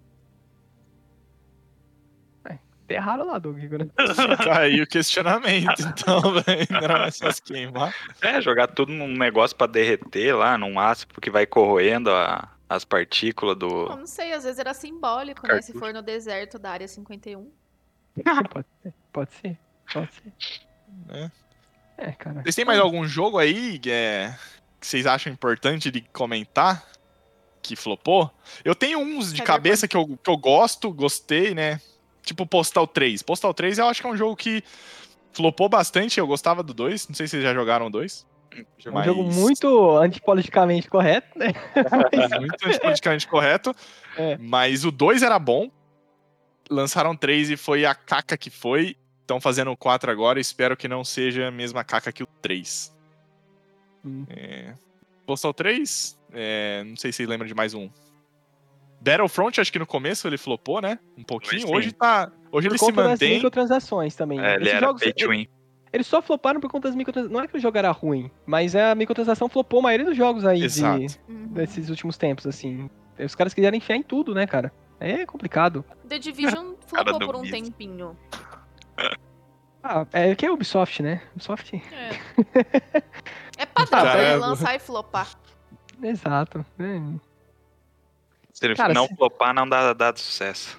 Enterraram lá, Doug. Tá aí o questionamento, então, velho. Não é só se queimar. Jogar tudo num negócio pra derreter lá, num ácido que vai corroendo as partículas do... Não sei, às vezes era simbólico, né? Se for no deserto da Área 51. Pode ser. Cara. Vocês têm mais algum jogo aí que vocês acham importante de comentar? Que flopou? Eu tenho uns de cabeça que eu gostei, né? Tipo Postal 3. Postal 3 eu acho que é um jogo que flopou bastante, eu gostava do 2. Não sei se vocês já jogaram o 2. É um jogo muito antipoliticamente correto, né? Muito antipoliticamente correto. É. Mas o 2 era bom. Lançaram 3 e foi a caca que foi. Estão fazendo o 4 agora. Espero que não seja a mesma caca que o 3. Postal 3. Não sei se vocês lembram de mais um. Battlefront, acho que no começo ele flopou, né? Um pouquinho. Hoje ele se mantém. Das microtransações também. Ele era pay to win. Eles só floparam por conta das microtransações. Não é que o jogo era ruim, mas a microtransação flopou a maioria dos jogos aí desses últimos tempos, assim. Os caras quiseram enfiar em tudo, né, cara? É complicado. The Division flopou por um tempinho. Que é Ubisoft, né? Ubisoft. É padrão, né? Lançar e flopar. Exato. Se ele não flopar, não dá sucesso.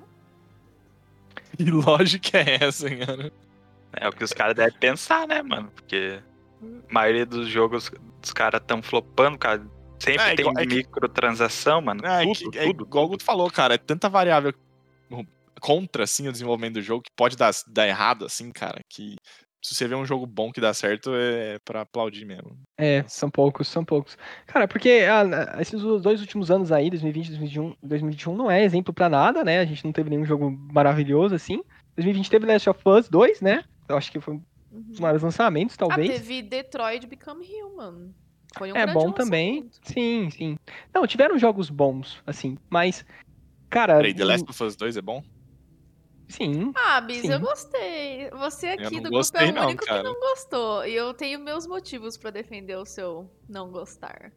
Que lógica é essa, cara? É o que os caras devem pensar, né, mano? Porque a maioria dos jogos os caras estão flopando, cara. Sempre tem microtransação, mano. Tudo. Igual o Guto falou, cara. É tanta variável contra, assim, o desenvolvimento do jogo que pode dar errado, assim, cara. Que se você vê um jogo bom que dá certo, é pra aplaudir mesmo. São poucos. Cara, porque esses 2 últimos anos aí, 2020 e 2021, não é exemplo pra nada, né? A gente não teve nenhum jogo maravilhoso, assim. 2020 teve Last of Us 2, né? Eu acho que foi um dos maiores lançamentos, talvez. Teve Detroit Become Human. Foi um bom também. Sim. Não, tiveram jogos bons, assim, mas, cara... Peraí, The Last of Us 2 é bom? Sim. Bis, eu gostei. Você aqui do grupo é o único que não gostou. E eu tenho meus motivos pra defender o seu não gostar.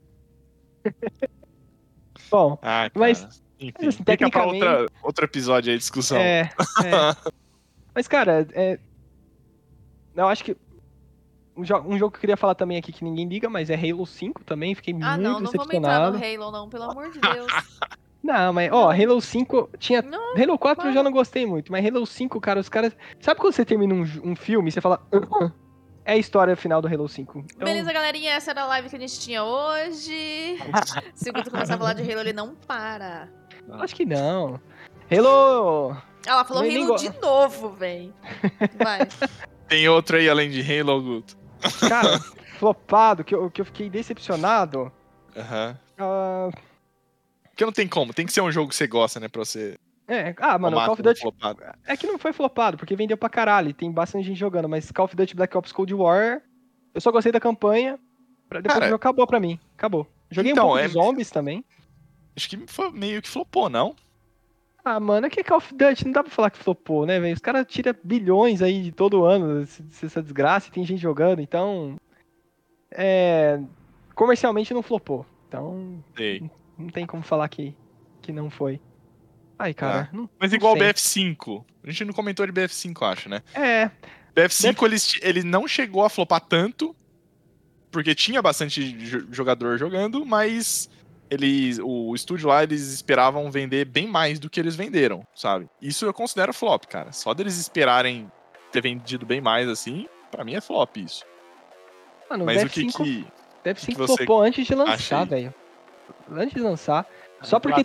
Bom, mas... Enfim, assim, fica pra outro episódio aí, discussão. Mas, cara, eu acho que um jogo que eu queria falar também aqui que ninguém liga, mas é Halo 5 também, fiquei muito decepcionado. Não vamos entrar no Halo não, pelo amor de Deus. Não, mas, Halo 5 tinha... Halo 4 eu já não gostei muito, mas Halo 5, cara, os caras... Sabe quando você termina um filme e você fala... É a história final do Halo 5. Então... Beleza, galerinha, essa era a live que a gente tinha hoje. Se o Guto começar a falar de Halo, ele não para. Acho que não. Halo... Ela falou Halo de novo, véi. Vai. Tem outro aí além de Halo, Guto? Cara, flopado, que eu fiquei decepcionado. Porque não tem como, tem que ser um jogo que você gosta, né, pra você... mano, Call of Duty... É que não foi flopado, porque vendeu pra caralho, tem bastante gente jogando, mas Call of Duty Black Ops Cold War, eu só gostei da campanha, depois o jogo acabou pra mim, acabou. Joguei um pouco de zombies também. Acho que foi meio que flopou, não? Mano, é que Call of Duty não dá pra falar que flopou, né, velho? Os caras tiram bilhões aí de todo ano, essa desgraça, e tem gente jogando, então... Comercialmente não flopou, então... Não tem como falar que não foi. Ai, cara. Mas igual o BF5. A gente não comentou de BF5, acho, né? BF5 ele não chegou a flopar tanto, porque tinha bastante jogador jogando, mas o estúdio lá, eles esperavam vender bem mais do que eles venderam, sabe? Isso eu considero flop, cara. Só deles esperarem ter vendido bem mais, assim, pra mim é flop isso. Mano, mas BF5 flopou antes de lançar, velho. Antes de lançar. Só porque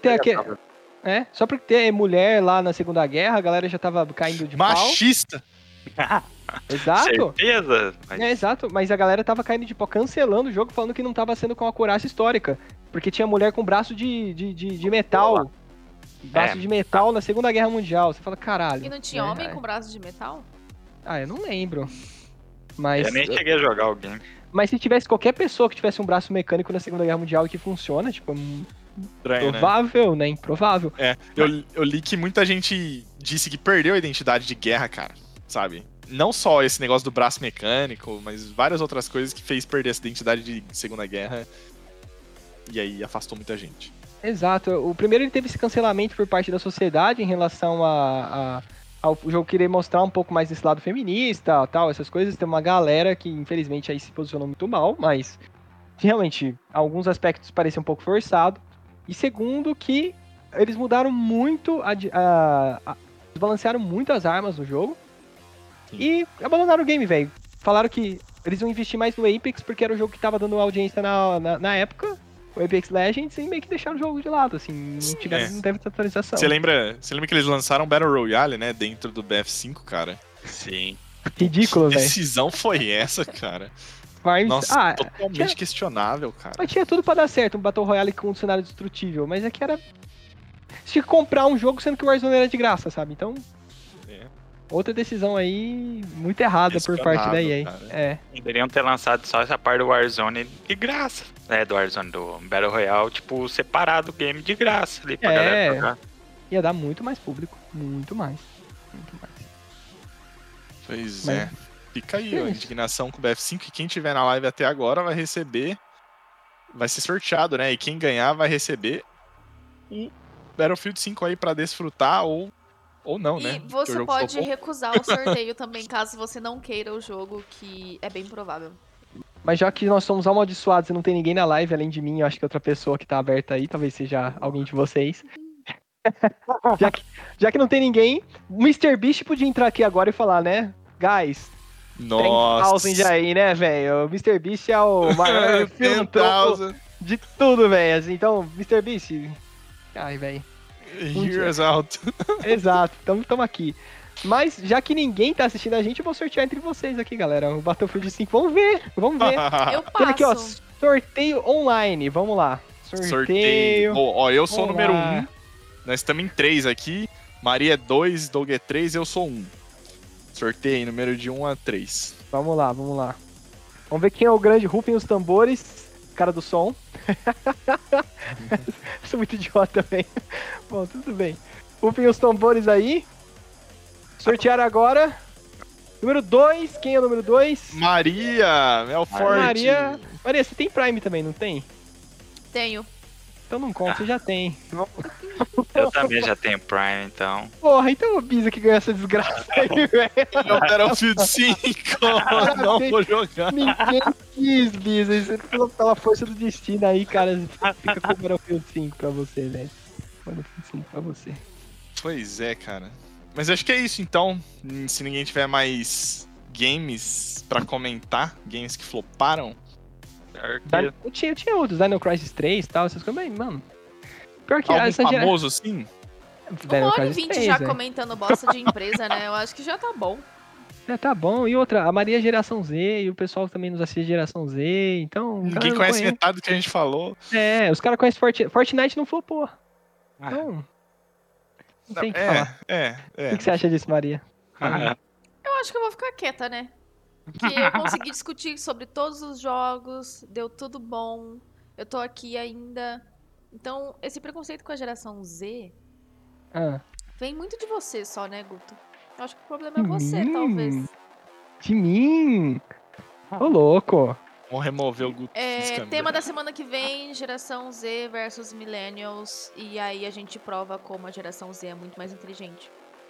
ter mulher lá na Segunda Guerra, a galera já tava caindo de machista. Pau. Exato. Certeza. Exato, mas a galera tava caindo de pau, cancelando o jogo, falando que não tava sendo com acurácia histórica. Porque tinha mulher com braço de metal. Braço de metal na Segunda Guerra Mundial. Você fala, caralho. E não tinha homem com braço de metal? Eu não lembro. Mas... Eu nem cheguei a jogar o game. Mas se tivesse qualquer pessoa que tivesse um braço mecânico na Segunda Guerra Mundial e que funciona, tipo, provável, né? Improvável. Eu li que muita gente disse que perdeu a identidade de guerra, cara, sabe? Não só esse negócio do braço mecânico, mas várias outras coisas que fez perder essa identidade de Segunda Guerra. E aí afastou muita gente. Exato. O primeiro ele teve esse cancelamento por parte da sociedade em relação ao jogo querer mostrar um pouco mais desse lado feminista, tal, essas coisas. Tem uma galera que, infelizmente, aí se posicionou muito mal, mas realmente, alguns aspectos parecem um pouco forçado. E segundo, que eles mudaram muito, desbalancearam muito as armas no jogo. Sim. E abandonaram o game, velho. Falaram que eles iam investir mais no Apex, porque era o jogo que tava dando audiência na época, o Apex Legends, e meio que deixaram o jogo de lado, assim, não teve atualização. Você lembra que eles lançaram Battle Royale, né, dentro do BF5, cara? Sim. Ridículo, Que velho. decisão foi essa, cara? Farms... Nossa, Ah, totalmente questionável, cara. mas tinha tudo pra dar certo, um Battle Royale com um cenário destrutível, mas é que era... Você tinha que comprar um jogo sendo que o Warzone era de graça, sabe? Então, É. outra decisão aí muito errada por parte da EA. Cara. É. Poderiam ter lançado só essa parte do Warzone de graça. Do Warzone, do Battle Royale, tipo, separado o game de graça ali pra galera jogar. Ia dar muito mais público. Muito mais. Pois Mas- é. Fica aí, É ó, a isso. indignação com o BF5. E quem tiver na live até agora vai receber. Vai ser sorteado, né? E quem ganhar vai receber o Battlefield 5 aí pra desfrutar ou não, né? E Porque o você jogo pode flopou. recusar o sorteio também, caso você não queira o jogo, que é bem provável. Mas já que nós somos amaldiçoados e não tem ninguém na live além de mim, eu acho que outra pessoa que tá aberta aí, talvez seja alguém de vocês. já que não tem ninguém, o MrBeast podia entrar aqui agora e falar, né? Guys, Nossa. 10,000 aí, né, velho? O MrBeast é o maior filantropo 10,000 de tudo, velho. Assim, então, MrBeast... Ai, velho. years out. Exato, tamo aqui. Mas, já que ninguém tá assistindo a gente, eu vou sortear entre vocês aqui, galera. O Battlefield 5, vamos ver. Eu Tem aqui, ó, passo. sorteio online, vamos lá. Sorteio. Ó, eu sou o número Olá. 1. Nós estamos em 3 aqui. Maria é 2, Doug é 3, eu sou 1. Sorteio aí, número de 1 a 3. Vamos lá. Vamos ver quem é o grande rufem os tambores. Cara do som. Sou muito idiota também. Bom, tudo bem. Rufem os tambores aí. Sortear agora. Número 2, quem é o número 2? Maria, Melfort. Maria, você tem Prime também, não tem? Tenho. Então não conta, você já tem. Eu também já tenho Prime, então. Porra, então o Bisa que ganhou essa desgraça aí, velho. Meu Battlefield 5, não vou jogar. Ninguém quis, Bisa. Isso pela força do destino aí, cara. Fica com o Battlefield 5 pra você, velho. Battlefield 5 pra você. Pois é, cara. Mas acho que é isso então. Se ninguém tiver mais games pra comentar, games que floparam. Pior que Eu tinha outros, Dino Crisis 3 e tal, essas coisas, mas, mano. Pior que Algum essa famoso assim? Dino 1h20 Crisis 3, já velho. comentando bosta de empresa, né? Eu acho que já tá bom. É, tá bom. E outra, a Maria é geração Z, e o pessoal também nos assiste geração Z, então... o cara Ninguém não conhece metade do que a gente falou. É, os caras conhecem Fortnite não flopou. Ah. Então... Não tem o que falar. O que você acha disso, Maria? Eu acho que eu vou ficar quieta, né? Porque eu consegui discutir sobre todos os jogos, deu tudo bom, eu tô aqui ainda. Então, esse preconceito com a geração Z Ah, vem muito de você só, né, Guto? Eu acho que o problema é De você, mim? talvez. de mim? Ô, louco. Vamos remover o Guto É, fisicamente. tema da semana que vem, geração Z versus Millennials. E aí a gente prova como a geração Z é muito mais inteligente.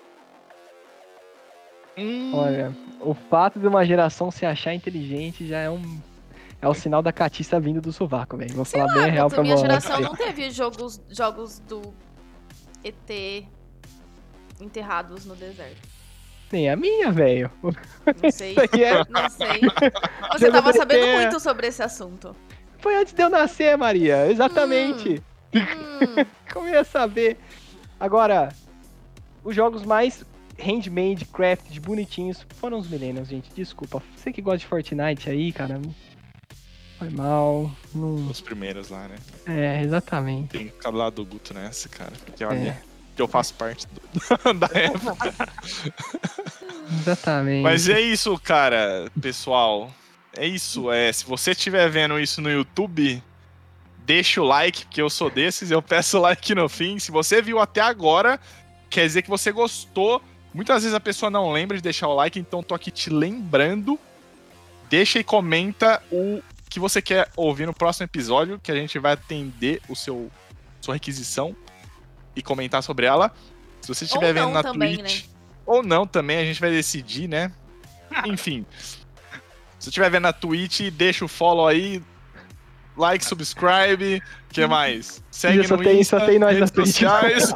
Olha, o fato de uma geração se achar inteligente já é o sinal da catista vindo do sovaco, velho. Vou falar bem a real Guto, pra minha você. geração não teve jogos do ET enterrados no deserto. Nem a minha, velho. Não sei. Isso aí é... Não sei. Você tava sabendo muito sobre esse assunto. Foi antes de eu nascer, Maria. Exatamente. Como eu ia saber? Agora, os jogos mais handmade, crafted, bonitinhos foram os Millennials, gente. Desculpa. Você que gosta de Fortnite aí, cara, foi mal. Não... Os primeiros lá, né? É, exatamente. Tem que ficar do lado do Guto nessa, cara. Porque É. olha, que eu faço parte da época. Exatamente. Mas é isso, cara, pessoal. É isso. Se você estiver vendo isso no YouTube, deixa o like, porque eu sou desses, eu peço like no fim. Se você viu até agora, quer dizer que você gostou. Muitas vezes a pessoa não lembra de deixar o like, então tô aqui te lembrando. Deixa e comenta o que você quer ouvir no próximo episódio, que a gente vai atender sua requisição e comentar sobre ela. Se você estiver Ou vendo não na também, Twitch, ou não também, a gente vai decidir, né? Enfim. Se você estiver vendo na Twitch, deixa o follow aí, like, subscribe, o que mais? Segue Só no tem- Insta, só tem nós redes na Twitch. sociais.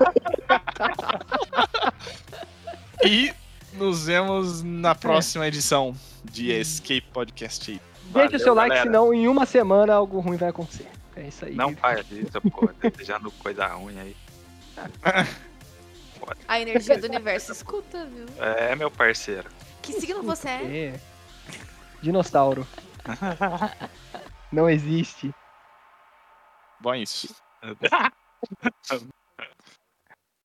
E nos vemos na próxima edição de Escape Podcast aí. Deixa o Valeu, seu like, galera. senão em uma semana algo ruim vai acontecer. É isso aí. Não faz isso, pô. Desejando coisa ruim aí. A energia do universo escuta, viu? É, meu parceiro. Que signo você é? É. Dinossauro. Não existe. Bom, é isso.